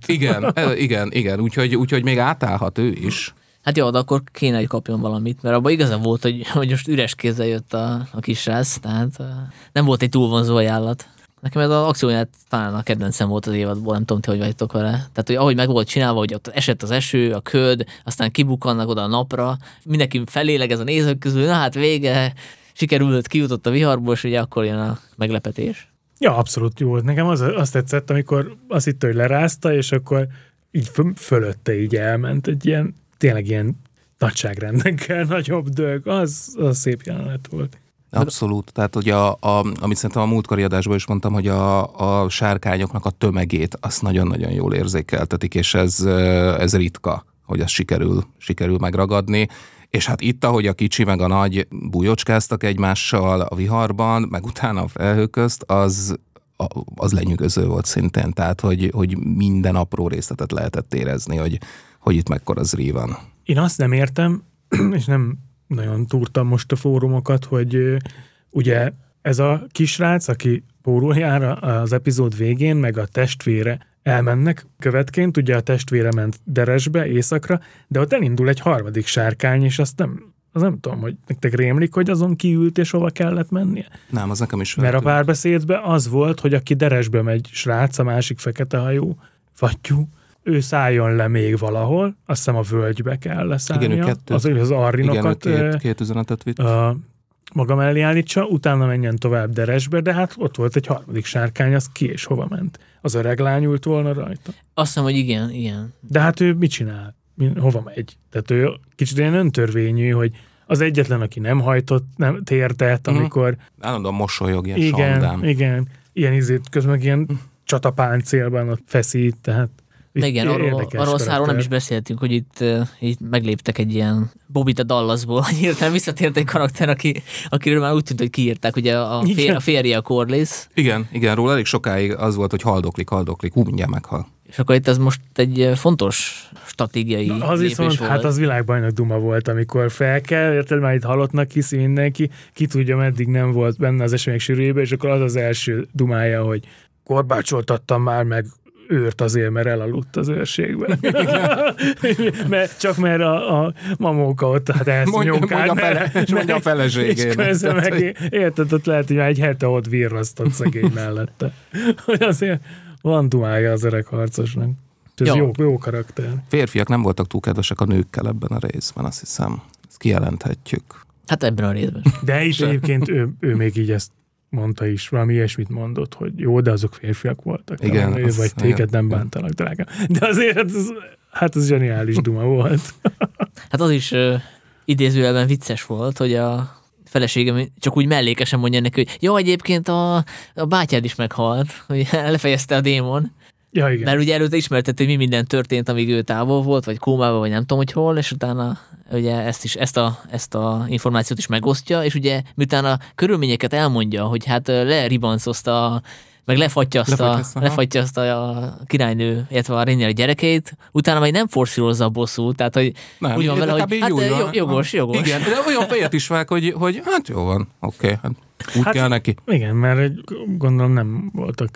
Igen, úgyhogy még átállhat ő is. Hát jó, de akkor kéne, hogy kapjon valamit, mert abban igaza volt, hogy most üres kézzel jött a kisrác, tehát nem volt egy túlvonzó ajánlat. Nekem ez az akcióját talán a kedvencem volt az évadból, nem tudom, ti hogy vagytok vele. Tehát, hogy ahogy meg volt csinálva, hogy ott esett az eső, a köd, aztán kibukkannak oda a napra, mindenki felélegez a nézők közül, na hát vége, sikerült, kijutott a viharból, és ugye akkor jön a meglepetés. Ja, abszolút jó volt. Nekem azt tetszett, amikor azt hitt, hogy lerázta, és akkor így fölötte így elment egy ilyen, tényleg ilyen nagyságrendekkel nagyobb dög. Az szép jelenet volt. Abszolút. Tehát, hogy amit szerintem a múltkori adásban is mondtam, hogy a sárkányoknak a tömegét azt nagyon-nagyon jól érzékeltetik, és ez ritka, hogy ezt sikerül megragadni. És hát itt, ahogy a kicsi meg a nagy bújócskáztak egymással a viharban, meg utána a felhő közt, az lenyűgöző volt szintén. Tehát, hogy minden apró részletet lehetett érezni, hogy itt mekkora zrí van. Én azt nem értem, és nem nagyon túrtam most a fórumokat, hogy ugye ez a kisrác, aki pórul jár az epizód végén, meg a testvére elmennek követként, ugye a testvére ment Deresbe, északra, de ott elindul egy harmadik sárkány, és azt nem tudom, hogy nektek rémlik, hogy azon kiült, és hova kellett mennie. Nem, az nekem is mert a párbeszédben az volt, hogy aki Deresbe megy, srác, a másik fekete hajú, fattyú, ő szálljon le még valahol, azt hiszem a völgybe kell leszállnia. Igen, az arrinokat két üzenetet vitt. Maga mellé állítsa, utána menjen tovább Deresbe, de hát ott volt egy harmadik sárkány, az ki és hova ment. Az öreg lány ült volna rajta. Azt hiszem, hogy igen. De hát ő mit csinál? Hova megy? Tehát ő kicsit ilyen öntörvényű, hogy az egyetlen, aki nem hajtott, nem térdett, amikor... Állandóan mosolyog, ilyen sandán. Igen. Ilyen közben ilyen csatapáncélban ott feszít, tehát... Igen, arról száról nem is beszéltünk, hogy itt megléptek egy ilyen Bobbyt a Dallasból, hogy hirtelen visszatért egy karakter, akiről már úgy tűnt, hogy kiírták, ugye a férje a Corliss. Igen, róla elég sokáig az volt, hogy haldoklik, mindjárt meghal. És akkor itt ez most egy fontos stratégiai az lépés viszont, volt. Hát az világbajnok duma volt, amikor fel kell, érted, már itt halottnak hiszi mindenki, ki tudja, meddig nem volt benne az események sűrűjében, és akkor az első dumája, hogy korbácsoltattam már meg őrt azért, mert elaludt az őrségben. mert a mamóka ott hát mondja a feleségének. És közben meg érted, ott lehet, hogy már egy hete ott virrasztott szegény mellette. Hogy azért van dumája az öreg harcosnak. Ez jó karakter. Férfiak nem voltak túl kedvesek a nőkkel ebben a részben, azt hiszem. Ezt kijelenthetjük. Hát ebben a részben. De is egyébként ő még így ezt mondta is, valami ilyesmit mondott, hogy jó, de azok férfiak voltak. Igen. Vagy téged nem bántanak, drágám. De azért ez zseniális duma volt. Hát az is idézőjelben vicces volt, hogy a feleségem csak úgy mellékesen mondja neki, hogy jó, egyébként a bátyád is meghalt, hogy lefejezte a démon. Ja, igen. Mert ugye előtte ismertette, hogy mi minden történt, amíg ő távol volt, vagy kómában, vagy nem tudom, hogy hol, és utána ugye ezt a információt is megosztja, és ugye miután a körülményeket elmondja, hogy hát leribancozta, meg lefagyaszta a királynő, illetve a Rhaenyra gyerekeit, utána majd nem forszírozza a bosszút, tehát hogy nem, úgy van vele, hogy hát jogos. Igen, de olyan fejet is vág, hogy hát jó van, oké, hát úgy kell neki. Igen, mert gondolom nem voltak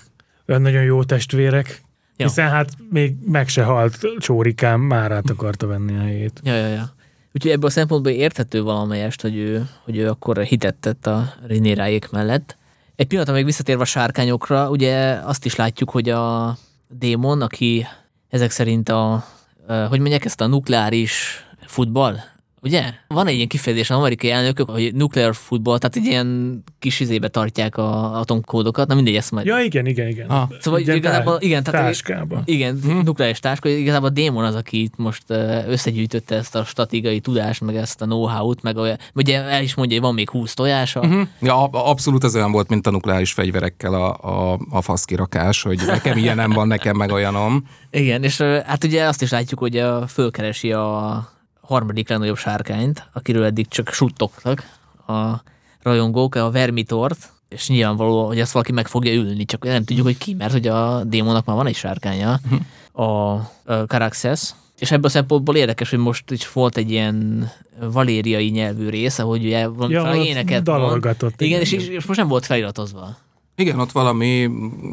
olyan nagyon jó testvérek, Ja. hiszen hát még meg se halt Csórikám, már át akarta venni a helyét. Ja. Úgyhogy ebből a szempontból érthető valamelyest, hogy ő akkor hitet tett a Rhaenyráék mellett. Egy pillanatra még visszatérve a sárkányokra, ugye azt is látjuk, hogy a démon, aki ezek szerint hogy mondják ezt a nukleáris futball, ugye? Van egy ilyen kifejezés az amerikai elnökök, hogy nuclear football, tehát egy ilyen kis izébe tartják az atomkódokat, na mindegy, ezt majd. Ja, igen. Szóval igazából, igen, tehát táskába. igen, nukleáris táska, igazából a démon az, aki itt most összegyűjtötte ezt a stratégiai tudást, meg ezt a know-how-t, meg olyan, ugye el is mondja, hogy van még 20 tojása. Ja, abszolút az olyan volt, mint a nukleáris fegyverekkel a faszkirakás, hogy nekem ilyenem van, nekem meg olyanom. Igen, és hát ugye azt is látjuk, hogy fölkeresi a harmadik legnagyobb sárkányt, akiről eddig csak suttogtak a rajongók, a Vermitort, és nyilvánvaló, hogy ezt valaki meg fogja ülni, csak nem tudjuk, hogy ki, mert hogy a démonnak már van egy sárkánya, a Caraxes, és ebből a szempontból érdekes, hogy most is volt egy ilyen valériai nyelvű rész, ahogy ugye éneket dalolgatott. Igen, és most nem volt feliratozva. Igen, ott valami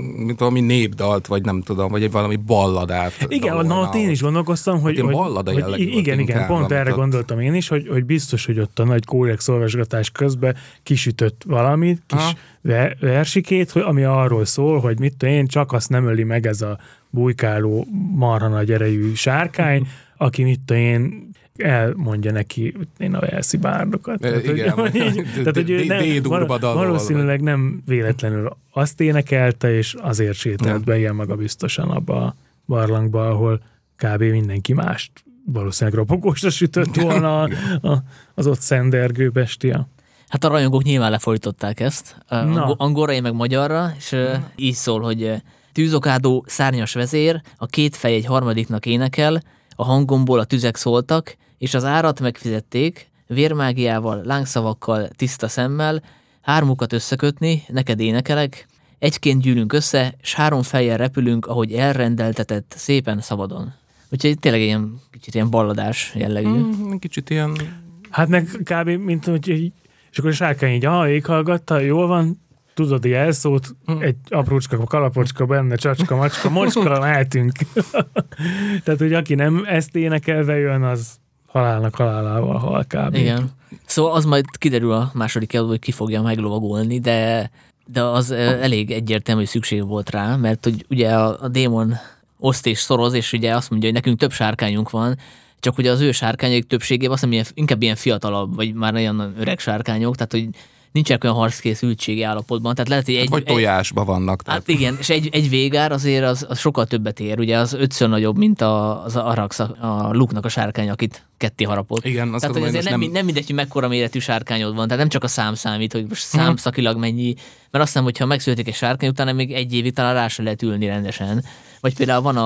népdalt, vagy nem tudom, vagy egy valami balladát. Igen, ott én is gondolkoztam, hogy ballada jellegű volt igen, inkább, pont erre ott... gondoltam én is, hogy biztos, hogy ott a nagy kódex olvasgatás közben kisütött valamit, kis versikét, ami arról szól, hogy mit tudom én, csak azt nem öli meg ez a bujkáló marha nagy erejű sárkány, aki mit tudom én, elmondja neki én a Velszi bárdokat. Tehát, hogy valószínűleg nem véletlenül azt énekelte, és azért sétált be ilyen magabiztosan abba a barlangba, ahol kb. Mindenki mást valószínűleg ropogósra sütött volna az ott szendergő bestia. Hát a rajongók nyilván lefordították ezt, angolra, meg magyarra, és így szól, hogy tűzokádó szárnyas vezér, a két fej egy harmadiknak énekel, a hangomból a tüzek szóltak, és az árat megfizették, vérmágiával, lángszavakkal, tiszta szemmel, hármukat összekötni, neked énekelek, egyként gyűlünk össze, s 3 fejjel repülünk, ahogy elrendeltetett, szépen szabadon. Úgyhogy tényleg ilyen kicsit ilyen balladás jellegű. Kicsit ilyen... Hát meg kb. Mint hogy és akkor a sárkány így, éghallgatta, jól van, tudod, jelszót, egy aprócska kalapocska benne, csacska, macska, mocska, mehetünk. Tehát, hogy aki nem ezt énekelve jön, az halálnak halálával hal kb. Igen. Szóval az majd kiderül a második előbb, hogy ki fogja meglovagolni, de az elég egyértelmű, hogy szükség volt rá, mert hogy ugye a démon oszt és szoroz, és ugye azt mondja, hogy nekünk több sárkányunk van, csak ugye az ő sárkányaik többségében azt hiszem, inkább ilyen fiatalabb, vagy már olyan öreg sárkányok, tehát hogy nincsenek olyan harckészültségi állapotban. Tehát lehet, hogy vagy tojásban vannak. Tehát. Hát igen, és egy végár azért az sokkal többet ér. Ugye az 5-ször nagyobb, mint az Arax, a Luke-nak a sárkány, akit ketté harapott. Igen, azt tehát, hogy azért nem mindegy, hogy mekkora méretű sárkányod van. Tehát nem csak a szám számít, hogy most számszakilag mennyi. Mert azt hiszem, hogyha megszületik egy sárkány, utána még egy évig talán rá sem lehet ülni rendesen. Vagy például van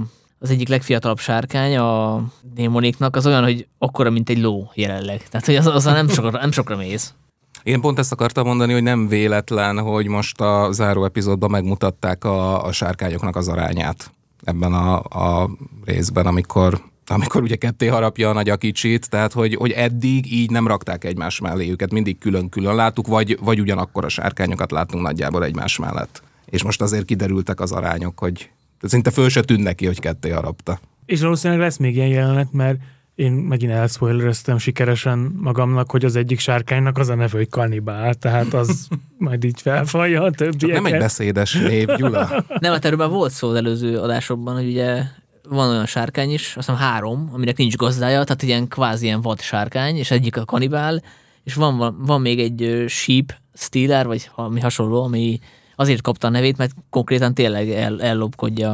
az egyik legfiatalabb sárkány, a démonéknak, az olyan, hogy akkora, mint egy ló jelenleg. Tehát, hogy azzal nem sokra mész. Én pont ezt akartam mondani, hogy nem véletlen, hogy most a záró epizódban megmutatták a sárkányoknak az arányát ebben a részben, amikor ugye ketté harapja a nagy a kicsit, tehát hogy eddig így nem rakták egymás mellé őket, mindig külön-külön láttuk, vagy ugyanakkor a sárkányokat láttunk nagyjából egymás mellett. És most azért kiderültek az arányok, hogy szinte föl se tűnt neki, hogy ketté harapta. És valószínűleg lesz még ilyen jelenet, mert én megint elspoilereztem sikeresen magamnak, hogy az egyik sárkánynak az a neve, hogy kannibál, tehát az majd így felfalja a többieket. Csak nem egy beszédes név, Gyula. Nem, hát erről már volt szó az előző adásokban, hogy ugye van olyan sárkány is, azt hiszem 3, aminek nincs gazdája, tehát ilyen kvázi ilyen vad sárkány, és egyik a kannibál, és van még egy sheep stealer, vagy ami hasonló, ami azért kapta a nevét, mert konkrétan tényleg ellopkodja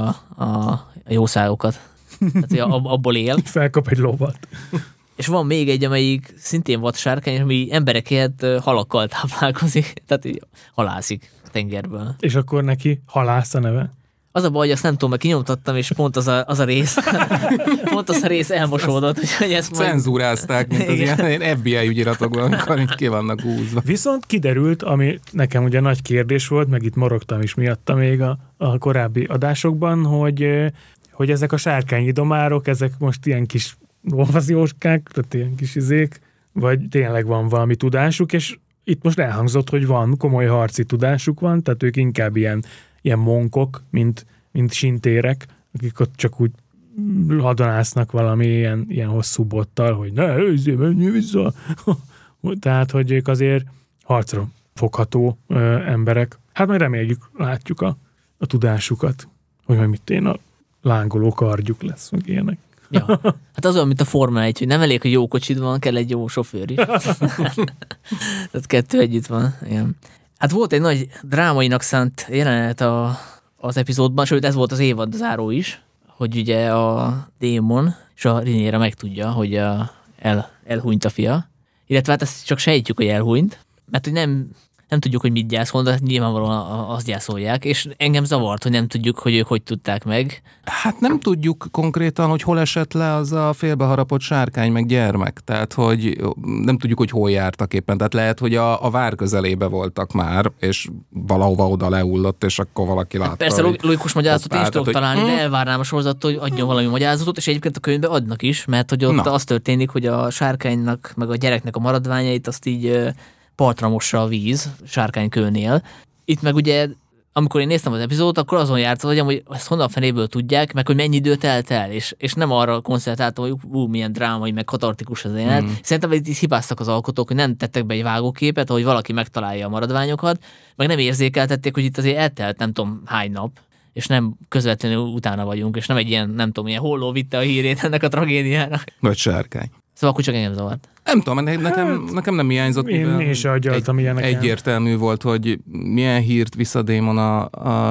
a jószágokat. Tehát, abból él. Felkap egy lovat. És van még egy, amelyik szintén vadsárkány, ami embereket halakkal táplálkozik, tehát így halászik a tengerből. És akkor neki halász a neve? Az a baj, hogy azt nem tudom, mert kinyomtattam, és pont az a rész pont az a rész elmosódott. Hogy ezt cenzúrázták, mint az ilyen FBI ügyiratokban, amikor így ki vannak húzva. Viszont kiderült, ami nekem ugye nagy kérdés volt, meg itt morogtam is miatta még a korábbi adásokban, hogy ezek a sárkányi domárok, ezek most ilyen kis olvazióskák, tehát ilyen kis izék, vagy tényleg van valami tudásuk, és itt most elhangzott, hogy van, komoly harci tudásuk van, tehát ők inkább ilyen ilyen monkok, mint sintérek, akik ott csak úgy hadonásznak valami ilyen hosszú bottal, hogy ne, menjél vissza. Tehát, hogy ők azért harcra fogható emberek. Hát majd reméljük, látjuk a tudásukat, hogy majd mit én a lángoló kardjuk lesz, meg ilyenek. Ja. Hát az olyan, mint a Forma 1, hogy nem elég, hogy jó kocsid van, kell egy jó sofőr is. Tehát kettő együtt van. Igen. Hát volt egy nagy drámainak szánt jelenet az epizódban, sőt ez volt az évad záró is, hogy ugye a Daemon és a Rhaenyra megtudja, hogy elhunyt a fia. Illetve hát ezt csak sejtjük, hogy elhunyt, mert hogy nem tudjuk, hogy mit gyászol, de nyilvánvalóan azt gyászolják, és engem zavart, hogy nem tudjuk, hogy ők hogy tudták meg. Hát nem tudjuk konkrétan, hogy hol esett le az a félbeharapott sárkány meg gyermek, tehát hogy nem tudjuk, hogy hol jártak éppen, tehát lehet, hogy a vár közelébe voltak már, és valahova oda lehullott, és akkor valaki látta. Persze logikus magyarázatot én is tudok találni, de elvárnám a sorozattól, hogy adjon valami magyarázatot, és egyébként a könyvben adnak is, mert hogy ott az történik, hogy a sárkánynak, meg a gyereknek a maradványait azt így partra mossa a víz sárkánykőnél. Itt meg ugye, amikor én néztem az epizódot, akkor azon járt az agyam, hogy ezt honnan fenéből tudják, meg hogy mennyi időt telt el, és nem arra koncentráltam, hogy milyen drámai, meg katartikus az élet. Szerintem itt hibáztak az alkotók, hogy nem tettek be egy vágóképet, ahogy valaki megtalálja a maradványokat, meg nem érzékeltették, hogy itt azért eltelt nem tudom hány nap, és nem közvetlenül utána vagyunk, és nem egy ilyen, nem tudom, ilyen holló vitte a hírét ennek a tragédiának. Vagy sárkány. Szóval akkor csak engem zavart. Nem tudom, nekem nem hiányzott. Én se agyaltam ilyeneken. Egyértelmű volt, hogy milyen hírt visz a Daemon,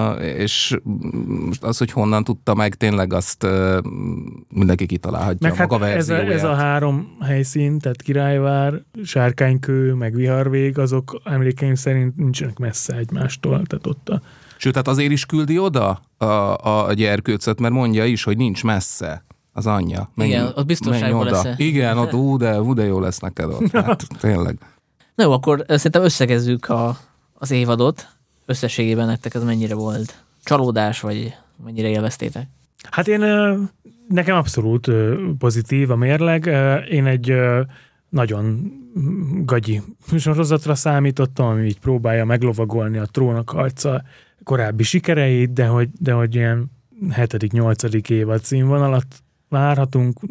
és az, hogy honnan tudta meg, tényleg azt mindenki kitalálhatja meg a maga hát verzióját. Ez a 3 helyszín, tehát Királyvár, Sárkánykő, meg Viharvég, azok emlékeim szerint nincsenek messze egymástól, tehát ott Sőt, hát azért is küldi oda a gyerkőcöt, mert mondja is, hogy nincs messze az anyja. Igen, ott biztonságban lesz. Igen, ott de jó lesz neked ott. Hát, tényleg. Na jó, akkor szerintem összegezzük az évadot. Összességében nektek ez mennyire volt csalódás, vagy mennyire élveztétek? Hát nekem abszolút pozitív a mérleg. Én egy nagyon gagyi sorozatra számítottam, ami így próbálja meglovagolni a Trónok harca korábbi sikereit, de hogy ilyen 7.-8. évad színvonalat várhatunk.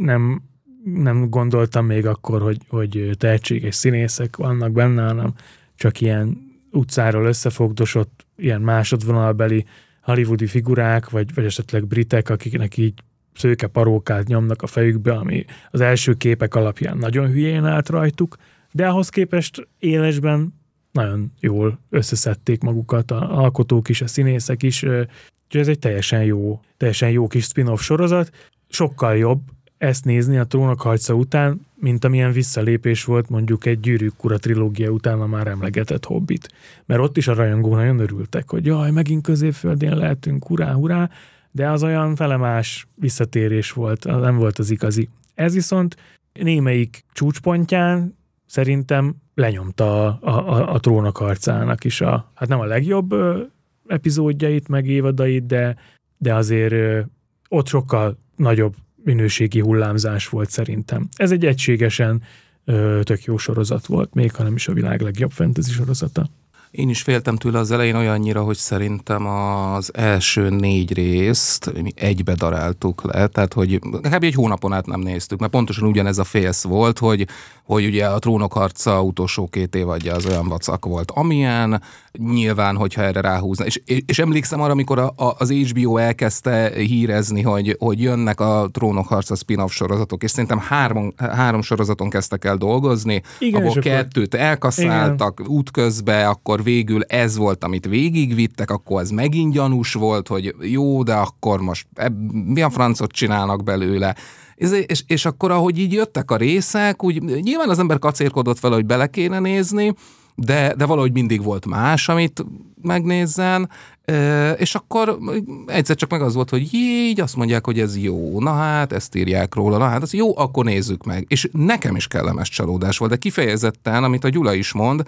Nem gondoltam még akkor, hogy tehetséges színészek vannak benne, hanem csak ilyen utcáról összefogdosott, ilyen másodvonalbeli hollywoodi figurák, vagy esetleg britek, akiknek így szőke parókát nyomnak a fejükbe, ami az első képek alapján nagyon hülyén állt rajtuk, de ahhoz képest élesben nagyon jól összeszedték magukat a alkotók is, a színészek is, úgyhogy ez egy teljesen jó kis spin-off sorozat. Sokkal jobb ezt nézni a Trónok harca után, mint amilyen visszalépés volt mondjuk egy Gyűrűk ura trilógia után a már emlegetett Hobbit. Mert ott is a rajongók nagyon örültek, hogy jaj, megint Középföldén lehetünk, hurrá, de az olyan felemás visszatérés volt, nem volt az igazi. Ez viszont némelyik csúcspontján szerintem lenyomta a Trónok harcának is hát nem a legjobb epizódjait, meg évadait, de azért ott sokkal nagyobb minőségi hullámzás volt szerintem. Ez egy egységesen tök jó sorozat volt, még ha nem is a világ legjobb fantasy sorozata. Én is féltem tőle az elején olyannyira, hogy szerintem az első 4 részt mi egybe daráltuk le, tehát hogy kb. Egy hónapon át nem néztük, mert pontosan ugyanez a félsz volt, hogy ugye a Trónok harca utolsó 2 évadja az olyan vacak volt, amilyen nyilván, hogyha erre ráhúzna. És emlékszem arra, amikor az HBO elkezdte hírezni, hogy jönnek a Trónok harca spin-off sorozatok, és szerintem 3 sorozaton kezdtek el dolgozni, igen, abból 2 elkasszáltak útközben, akkor végül ez volt, amit végigvittek, akkor ez megint gyanús volt, hogy jó, de akkor most mi a francot csinálnak belőle. És akkor, ahogy így jöttek a részek, úgy nyilván az ember kacérkodott vele, hogy bele kéne nézni, de valahogy mindig volt más, amit megnézzen, és akkor egyszer csak meg az volt, hogy így azt mondják, hogy ez jó, na hát ezt írják róla, na hát az jó, akkor nézzük meg. És nekem is kellemes csalódás volt, de kifejezetten, amit a Gyula is mond,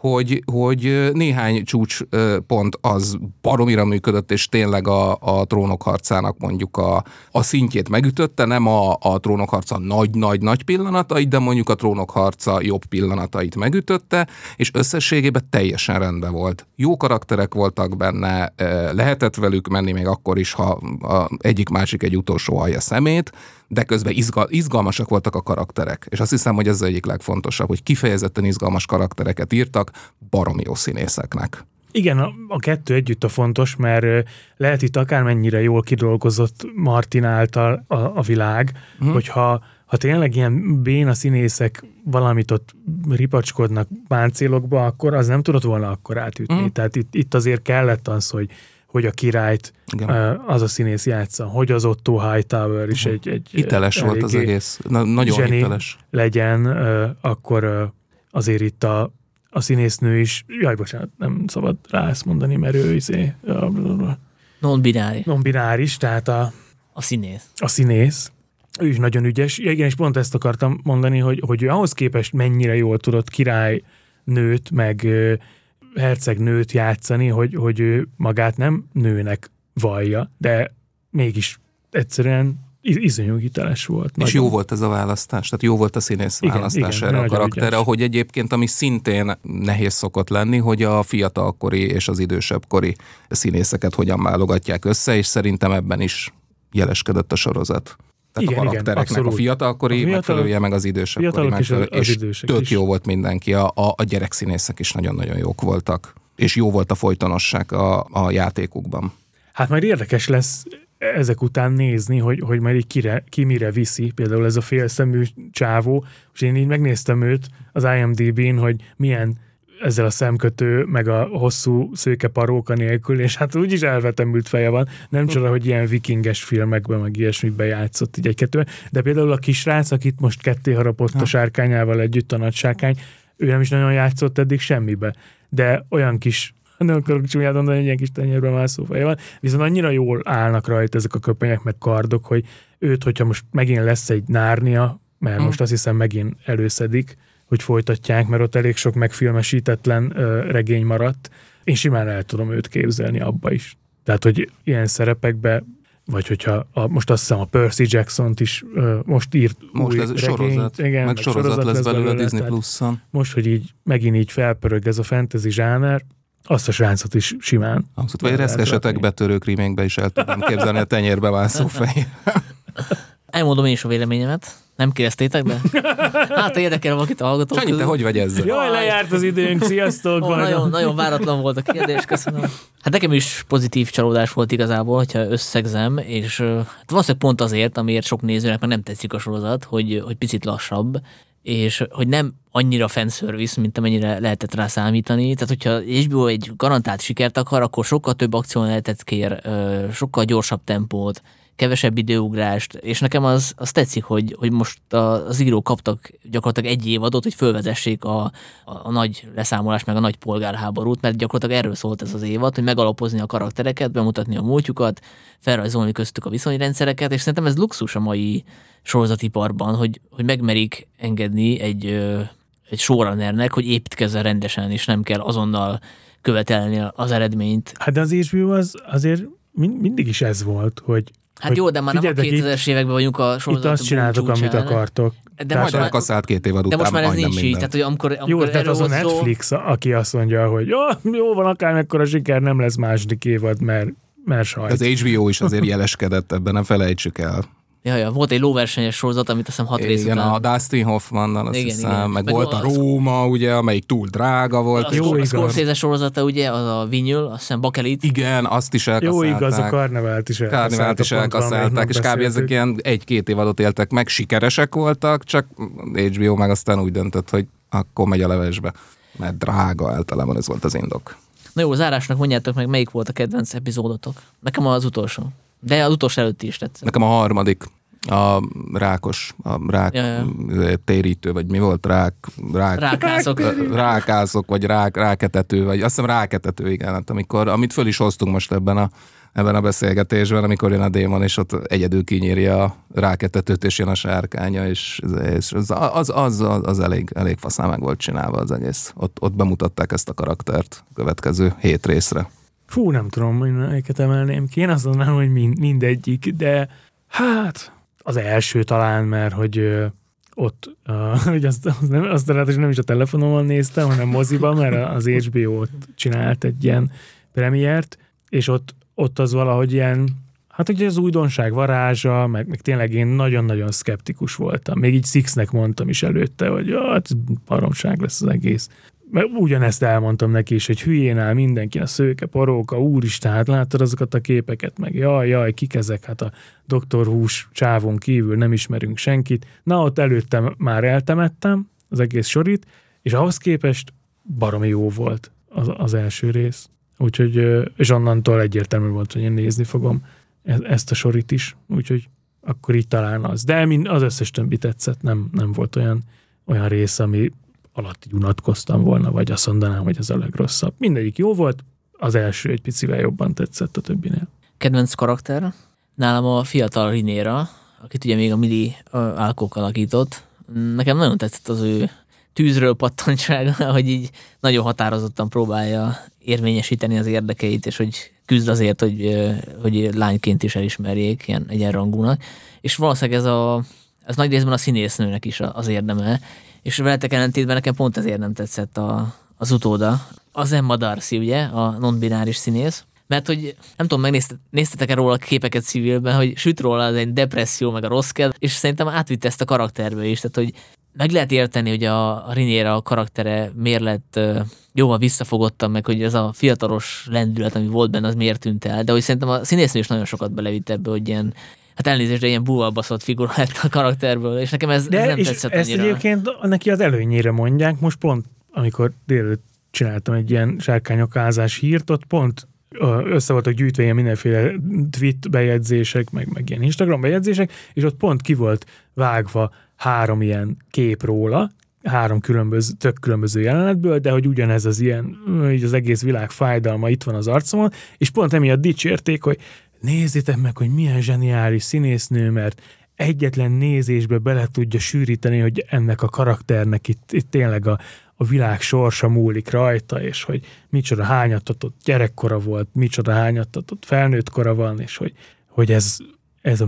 hogy néhány csúcspont az baromira működött, és tényleg a Trónok harcának mondjuk a szintjét megütötte, nem a Trónok harca nagy pillanatait, de mondjuk a Trónok harca jobb pillanatait megütötte, és összességében teljesen rendben volt. Jó karakter, karakterek voltak benne, lehetett velük menni még akkor is, ha egyik másik egy utolsó alja szemét, de közben izgalmasak voltak a karakterek. És azt hiszem, hogy ez az egyik legfontosabb, hogy kifejezetten izgalmas karaktereket írtak baromi jó színészeknek. Igen, a kettő együtt a fontos, mert lehet itt akármennyire jól kidolgozott Martin által a világ, hogyha tényleg ilyen béna színészek valamit ott ripacskodnak páncélokba, akkor az nem tudott volna akkor átütni. Tehát itt azért kellett az, hogy a királyt az a színész játsza, hogy az Otto Hightower is egy hiteles volt az egész, nagyon hiteles legyen, akkor azért itt a színésznő is, bocsánat, nem szabad rá ezt mondani, mert ő non-bináris, tehát a színész. Ő is nagyon ügyes. Igen, és pont ezt akartam mondani, hogy ő ahhoz képest mennyire jól tudott királynőt, meg hercegnőt játszani, hogy ő magát nem nőnek vallja, de mégis egyszerűen iszonyú hiteles volt. És nagyon jó volt ez a választás, tehát jó volt a színész választás erre a karakterre, ahogy egyébként, ami szintén nehéz szokott lenni, hogy a fiatalkori és az idősebbkori színészeket hogyan válogatják össze, és szerintem ebben is jeleskedett a sorozat. Tehát a karaktereknek a fiatalkori megfelelője, meg az idősebbkori megfelelője, és tök jó volt mindenki, a gyerekszínészek is nagyon-nagyon jók voltak, és jó volt a folytonosság a játékukban. Hát majd érdekes lesz ezek után nézni, hogy majd így ki mire viszi, például ez a félszemű csávó, és én így megnéztem őt az IMDb-n, hogy milyen ezzel a szemkötő, meg a hosszú szőke paróka nélkül, és hát úgyis elvetemült feje van. Nem csoda, hogy ilyen vikinges filmekben, meg ilyesmikben játszott így egy-kettőben. De például a kisrác, akit most ketté harapott a sárkányával együtt, a nagy sárkány, ő nem is nagyon játszott eddig semmibe. De olyan kis, nem akarok csúnyát mondani, hogy ilyen kis tenyérben mászó feje van, viszont annyira jól állnak rajta ezek a köpenyek, meg kardok, hogy őt, hogyha most megint lesz egy Nárnia, mert most azt hiszem megint előszedik, hogy folytatják, mert ott elég sok megfilmesítetlen regény maradt. Én simán el tudom őt képzelni abba is. Tehát, hogy ilyen szerepekbe, vagy hogyha most azt hiszem a Percy Jackson-t is most írt most új ez regényt. Sorozat. Igen, meg sorozat lesz belőle a Disney Plus-on. Most, hogy így megint így felpörög ez a fantasy zsáner, azt a srácot is simán. Vagy reszkesetek betörők remake-be is el tudom képzelni a tenyérbe mászó fejét. Elmondom én is a véleményemet. Nem kérdeztétek, de hát érdekel valakit a hallgatók. Sanyi, te hogy vagy ezzel? Jaj, lejárt az időnk, sziasztok! Nagyon váratlan volt a kérdés, köszönöm. Hát nekem is pozitív csalódás volt igazából, hogyha összegzem, és hát valószínűleg pont azért, amiért sok nézőnek már nem tetszik a sorozat, hogy picit lassabb, és hogy nem annyira fanservice, mint amennyire lehetett rá számítani. Tehát, hogyha HBO egy garantált sikert akar, akkor sokkal több akciólehetet kér, sokkal gyorsabb tempót, kevesebb időugrást, és nekem az tetszik, hogy most az írók kaptak gyakorlatilag egy évadot, hogy fölvezessék a nagy leszámolást, meg a nagy polgárháborút, mert gyakorlatilag erről szólt ez az évad, hogy megalapozni a karaktereket, bemutatni a múltjukat, felrajzolni köztük a viszonyrendszereket, és szerintem ez luxus a mai sorozatiparban, hogy megmerik engedni egy showrunnernek, hogy építkezzen rendesen, és nem kell azonnal követelni az eredményt. Hát de az HBO azért mindig is ez volt, hogy hát jó, de már nem a 2000-es években vagyunk a sorozat. Itt azt csináltok, amit akartok. De most már kasszált 2 évad után. De most már ez nincs így. Tehát, hogy amikor jó, tehát az a Netflix, aki azt mondja, hogy jó van, akármekkora siker, nem lesz második évad, mert sajt. Az HBO is azért jeleskedett ebben, nem felejtsük el. Ja, volt egy lóversenyes sorozat, amit azt hiszem 6 rész után. Igen, a Dustin Hoffmannal, azt hiszem, meg volt a Róma, ugye, amelyik túl drága volt. A Scorsese sorozata, ugye, az a Vinyl, azt hiszem Bakelit. Igen, azt is elkasszálták. Jó igaz, a Karnevált is elkasszálták, és kb. Ezek ilyen 1-2 évadot éltek meg, sikeresek voltak, csak HBO meg aztán úgy döntött, hogy akkor megy a levesbe, mert drága általában ez volt az indok. Na jó, zárásnak mondjátok meg, melyik volt a kedvenc epizódotok? Nekem az utolsó. De az utolsó előtti is tetszett. Nekem a harmadik, a rák térítő, vagy mi volt? Rákászok, vagy ráketető, vagy azt hiszem ráketető, igen, hát amit föl is hoztunk most ebben a beszélgetésben, amikor jön a démon, és ott egyedül kinyíri a ráketetőt, és jön a sárkánya, és az elég faszán meg volt csinálva az egész. Ott bemutatták ezt a karaktert a következő 7 részre. Fú, nem tudom, hogy melyiket emelném ki. Én azt mondanám, hogy mindegyik, de hát az első talán, mert hogy ott, hogy azt nem is a telefonomon néztem, hanem moziban, mert az HBO-t csinált egy ilyen premiért, és ott az valahogy ilyen, hát ugye az újdonság varázsa, meg tényleg én nagyon-nagyon szkeptikus voltam. Még így Sixnek mondtam is előtte, hogy hát baromság lesz az egész. Mert ugyanezt elmondtam neki is, hogy hülyén áll mindenki, a szőke, paróka, úristen, hát láttad azokat a képeket, meg jaj, kik ezek, hát a Dr. Hús csávon kívül nem ismerünk senkit. Na, ott előtte már eltemettem az egész sorit, és ahhoz képest baromi jó volt az első rész. Úgyhogy, és onnantól egyértelmű volt, hogy én nézni fogom ezt a sorit is, úgyhogy akkor így talán az. De az összes többi tetszett, nem volt olyan rész, ami alatt így unatkoztam volna, vagy azt mondanám, hogy ez a legrosszabb. Mindegyik jó volt, az első egy picivel jobban tetszett a többinél. Kedvenc karakter? Nálam a fiatal Rhaenyra, akit ugye még a Millie Alcock alakított. Nekem nagyon tetszett az ő tűzről pattantsága, hogy így nagyon határozottan próbálja érvényesíteni az érdekeit, és hogy küzd azért, hogy lányként is elismerjék ilyen egyenrangúnak. És valószínűleg ez nagy részben a színésznőnek is az érdeme, és veletek ellentétben nekem pont ezért nem tetszett az utóda. Az Emma Darcy, ugye, a non-bináris színész, mert hogy nem tudom, megnéztetek-e róla a képeket civilben, hogy süt róla az egy depresszió, meg a rossz kedv, és szerintem átvitte ezt a karakterbe is, tehát hogy meg lehet érteni, hogy a Rhaenyra a karaktere miért lett jóval visszafogottam, meg hogy ez a fiatalos lendület, ami volt benne, az miért tűnt el, de hogy szerintem a színésznő is nagyon sokat belevitt ebbe, hogy ilyen, hát elnézést, de ilyen búvalbaszott figura lett a karakterből, és nekem ez nem tetszett annyira. Ezt egyébként neki az előnyére mondják, most pont, amikor délelőtt csináltam egy ilyen sárkányokázás hírt, ott pont össze voltak gyűjtve ilyen mindenféle tweet bejegyzések, meg ilyen Instagram bejegyzések, és ott pont ki volt vágva 3 ilyen kép róla, 3 tök különböző jelenetből, de hogy ugyanez az ilyen, így az egész világ fájdalma itt van az arcomon, és pont emiatt dicsérték, hogy nézzétek meg, hogy milyen zseniális színésznő, mert egyetlen nézésbe bele tudja sűríteni, hogy ennek a karakternek itt tényleg a világ sorsa múlik rajta, és hogy micsoda hányattatott gyerekkora volt, micsoda hányattatott felnőtt kora van, és hogy ez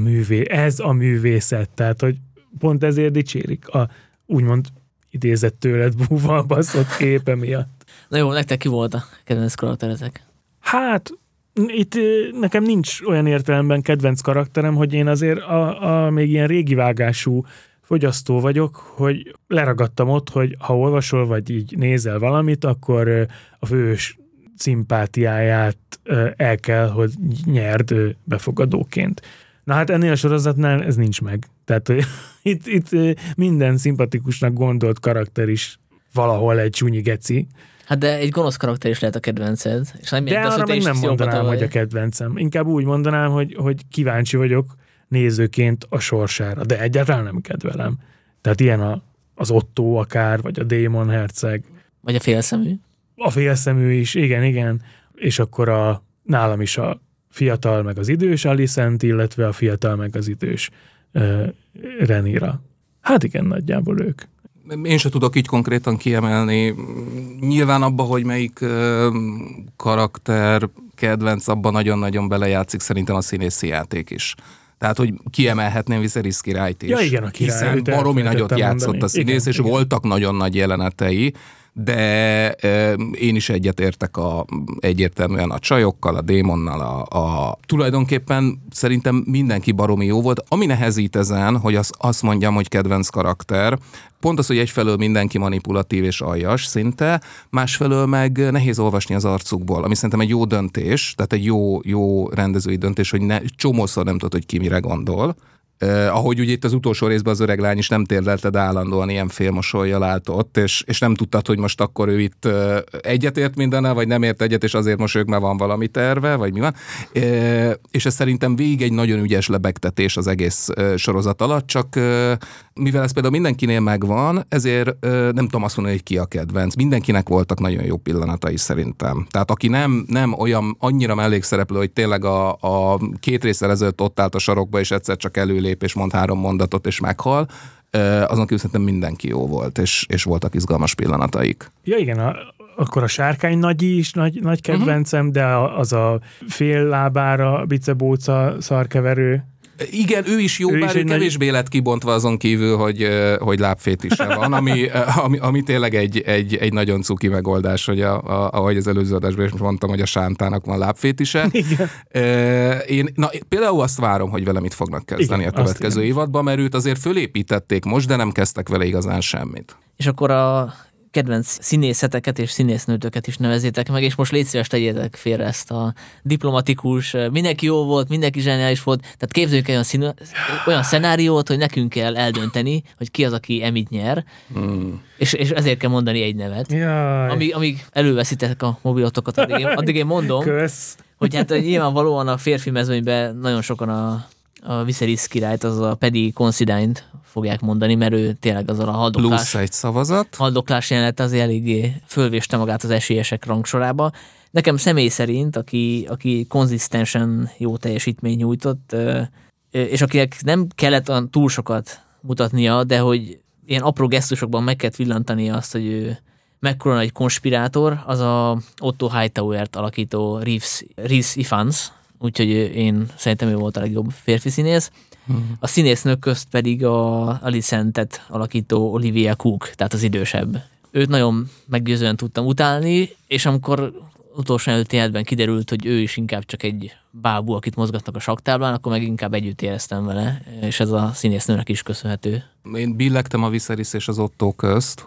a művészet, tehát hogy pont ezért dicsérik a úgymond idézett tőled búval baszott képe miatt. Na jó, nektek ki volt a kedvenc karakteretek? Hát itt nekem nincs olyan értelemben kedvenc karakterem, hogy én azért a még ilyen régi vágású fogyasztó vagyok, hogy leragadtam ott, hogy ha olvasol, vagy így nézel valamit, akkor a főhős szimpátiáját el kell, hogy nyerd befogadóként. Na hát ennél a sorozatnál ez nincs meg. Tehát hogy itt minden szimpatikusnak gondolt karakter is valahol egy csúnyi geci. Hát de egy gonosz karakter is lehet a kedvenced. És nem de arra meg nem mondanám, hogy a kedvencem. Inkább úgy mondanám, hogy kíváncsi vagyok nézőként a sorsára, de egyáltalán nem kedvelem. Tehát ilyen az Otto akár, vagy a Daemon herceg. Vagy a félszemű. A félszemű is, igen. És akkor nálam is a fiatal meg az idős Alicent, illetve a fiatal meg az idős Rhaenyra. Hát igen, nagyjából ők. Én se tudok így konkrétan kiemelni. Nyilván abba, hogy melyik karakter kedvenc, abban nagyon-nagyon belejátszik szerintem a színészi játék is. Tehát, hogy kiemelhetném Viserys királyt is. Ja, igen, a király. Hiszen baromi nagyot játszott a színész, és igen. Voltak nagyon nagy jelenetei, de én is egyetértek egyértelműen a csajokkal, a Daemonnal, tulajdonképpen szerintem mindenki baromi jó volt. Ami nehezít ezen, hogy azt mondjam, hogy kedvenc karakter, pont az, hogy egyfelől mindenki manipulatív és aljas szinte, másfelől meg nehéz olvasni az arcukból, ami szerintem egy jó döntés, tehát egy jó rendezői döntés, hogy csomószor nem tudod, hogy ki mire gondol. Ahogy ugye itt az utolsó részben az öreg lány is nem térlelted állandóan ilyen félmosollyal állt ott, és nem tudtad, hogy most akkor ő itt egyetért mindennel, vagy nem ért egyet, és azért mosolyog, mert van valami terve, vagy mi van. És ez szerintem végig egy nagyon ügyes lebegtetés az egész sorozat alatt, csak mivel ez például mindenkinél megvan, ezért nem tudom azt mondani, hogy ki a kedvenc. Mindenkinek voltak nagyon jó pillanatai szerintem. Tehát aki nem olyan annyira mellékszereplő, hogy tényleg a 2 résszel ezelőtt ott állt a sarokba, és egyszer csak elülép, és mond 3 mondatot, és meghal, azon kívül szerintem mindenki jó volt, és voltak izgalmas pillanataik. Ja igen, akkor a sárkány nagyi is nagy kedvencem, de az a fél lábára bicebóca szarkeverő. Igen, ő is jó, bár ő kevésbé lett kibontva azon kívül, hogy lábfétise van, ami tényleg egy nagyon cuki megoldás, hogy ahogy az előző adásban is mondtam, hogy a sántának van lábfétise. Én például azt várom, hogy vele mit fognak kezdeni a következő évadban, mert őt azért fölépítették most, de nem kezdtek vele igazán semmit. És akkor a kedvenc színészeteket és színésznőtöket is nevezzétek meg, és most légy szíves, tegyétek félre ezt a diplomatikus, mindenki jó volt, mindenki zseniális volt, tehát képzeljünk olyan szenáriót, hogy nekünk kell eldönteni, hogy ki az, aki Emmyt nyer, és ezért kell mondani egy nevet. Amíg előveszitek a mobilotokat, addig én mondom, hogy hát nyilvánvalóan a férfi mezőnyben nagyon sokan a Viserys királyt, az a Paddy Considine-t fogják mondani, mert ő tényleg azzal a haldoklás. Plusz egy szavazat. Haldoklás jelenet az eléggé fölvéste magát az esélyesek rangsorába. Nekem személy szerint, aki konzisztensen jó teljesítményt nyújtott, és akinek nem kellett túl sokat mutatnia, de hogy ilyen apró gesztusokban meg kellett villantani azt, hogy ő mekkora nagy konspirátor, az a Otto Hightower-t alakító Rhys Ifans, úgyhogy én szerintem ő volt a legjobb férfi színész. A színésznők közt pedig a Alicent-et alakító Olivia Cook, tehát az idősebb. Őt nagyon meggyőzően tudtam utálni, és amikor utolsó előtti életben kiderült, hogy ő is inkább csak egy bábú, akit mozgatnak a saktáblán, akkor meg inkább együtt éreztem vele, és ez a színésznőnek is köszönhető. Én billegtem a Viserys és az Otto közt,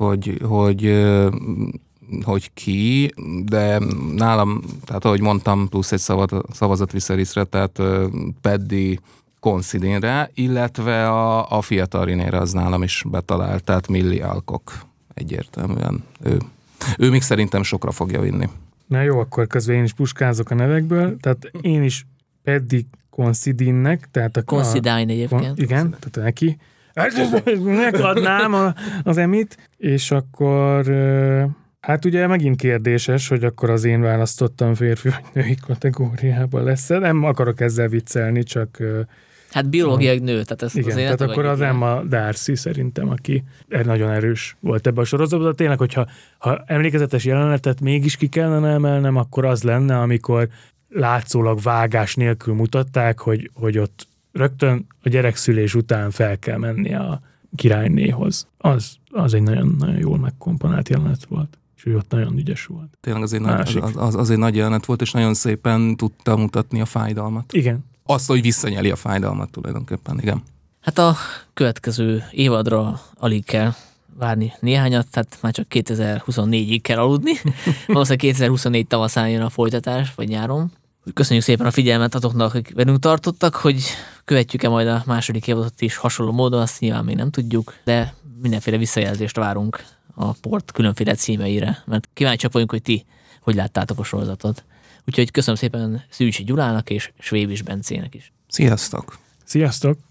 hogy ki, de nálam, tehát ahogy mondtam, plusz egy szavazat Viserysre, tehát Paddy Considine-re, illetve a fiatal Renére az nálam is betalált, tehát Millie Alcock egyértelműen. Ő még szerintem sokra fogja vinni. Na jó, akkor közben én is puskázok a nevekből, tehát én is Paddy Considine-nek, tehát a... Considine egyébként. Igen, tehát neki. Megadnám az Emmyt, és akkor... Hát ugye megint kérdéses, hogy akkor az én választottam férfi vagy női kategóriában lesz. Nem akarok ezzel viccelni, csak... Hát biológiai nő, tehát ez igen, azért tehát akkor az Emma Darcy szerintem, aki nagyon erős volt ebben a sorozatban, de tényleg, hogyha emlékezetes jelenetet mégis ki kellene emelnem, akkor az lenne, amikor látszólag vágás nélkül mutatták, hogy ott rögtön a gyerekszülés után fel kell menni a királynéhoz. Az egy nagyon, nagyon jól megkomponált jelenet volt. És ő ott nagyon ügyes volt. Tényleg az egy nagy jelenet volt, és nagyon szépen tudta mutatni a fájdalmat. Igen. Azt, hogy visszanyeli a fájdalmat tulajdonképpen, igen. Hát a következő évadra alig kell várni néhányat, tehát már csak 2024-ig kell aludni. Valószínűleg 2024 tavaszán jön a folytatás, vagy nyáron. Köszönjük szépen a figyelmet azoknak, akik velünk tartottak, hogy követjük-e majd a második évadot is hasonló módon, azt nyilván még nem tudjuk, de mindenféle visszajelzést várunk a port különféle címeire, mert kíváncsiak vagyunk, hogy ti hogy láttátok a sorozatot. Úgyhogy köszönöm szépen Szűcsi Gyulának és Svévis Bencének is. Sziasztok! Sziasztok!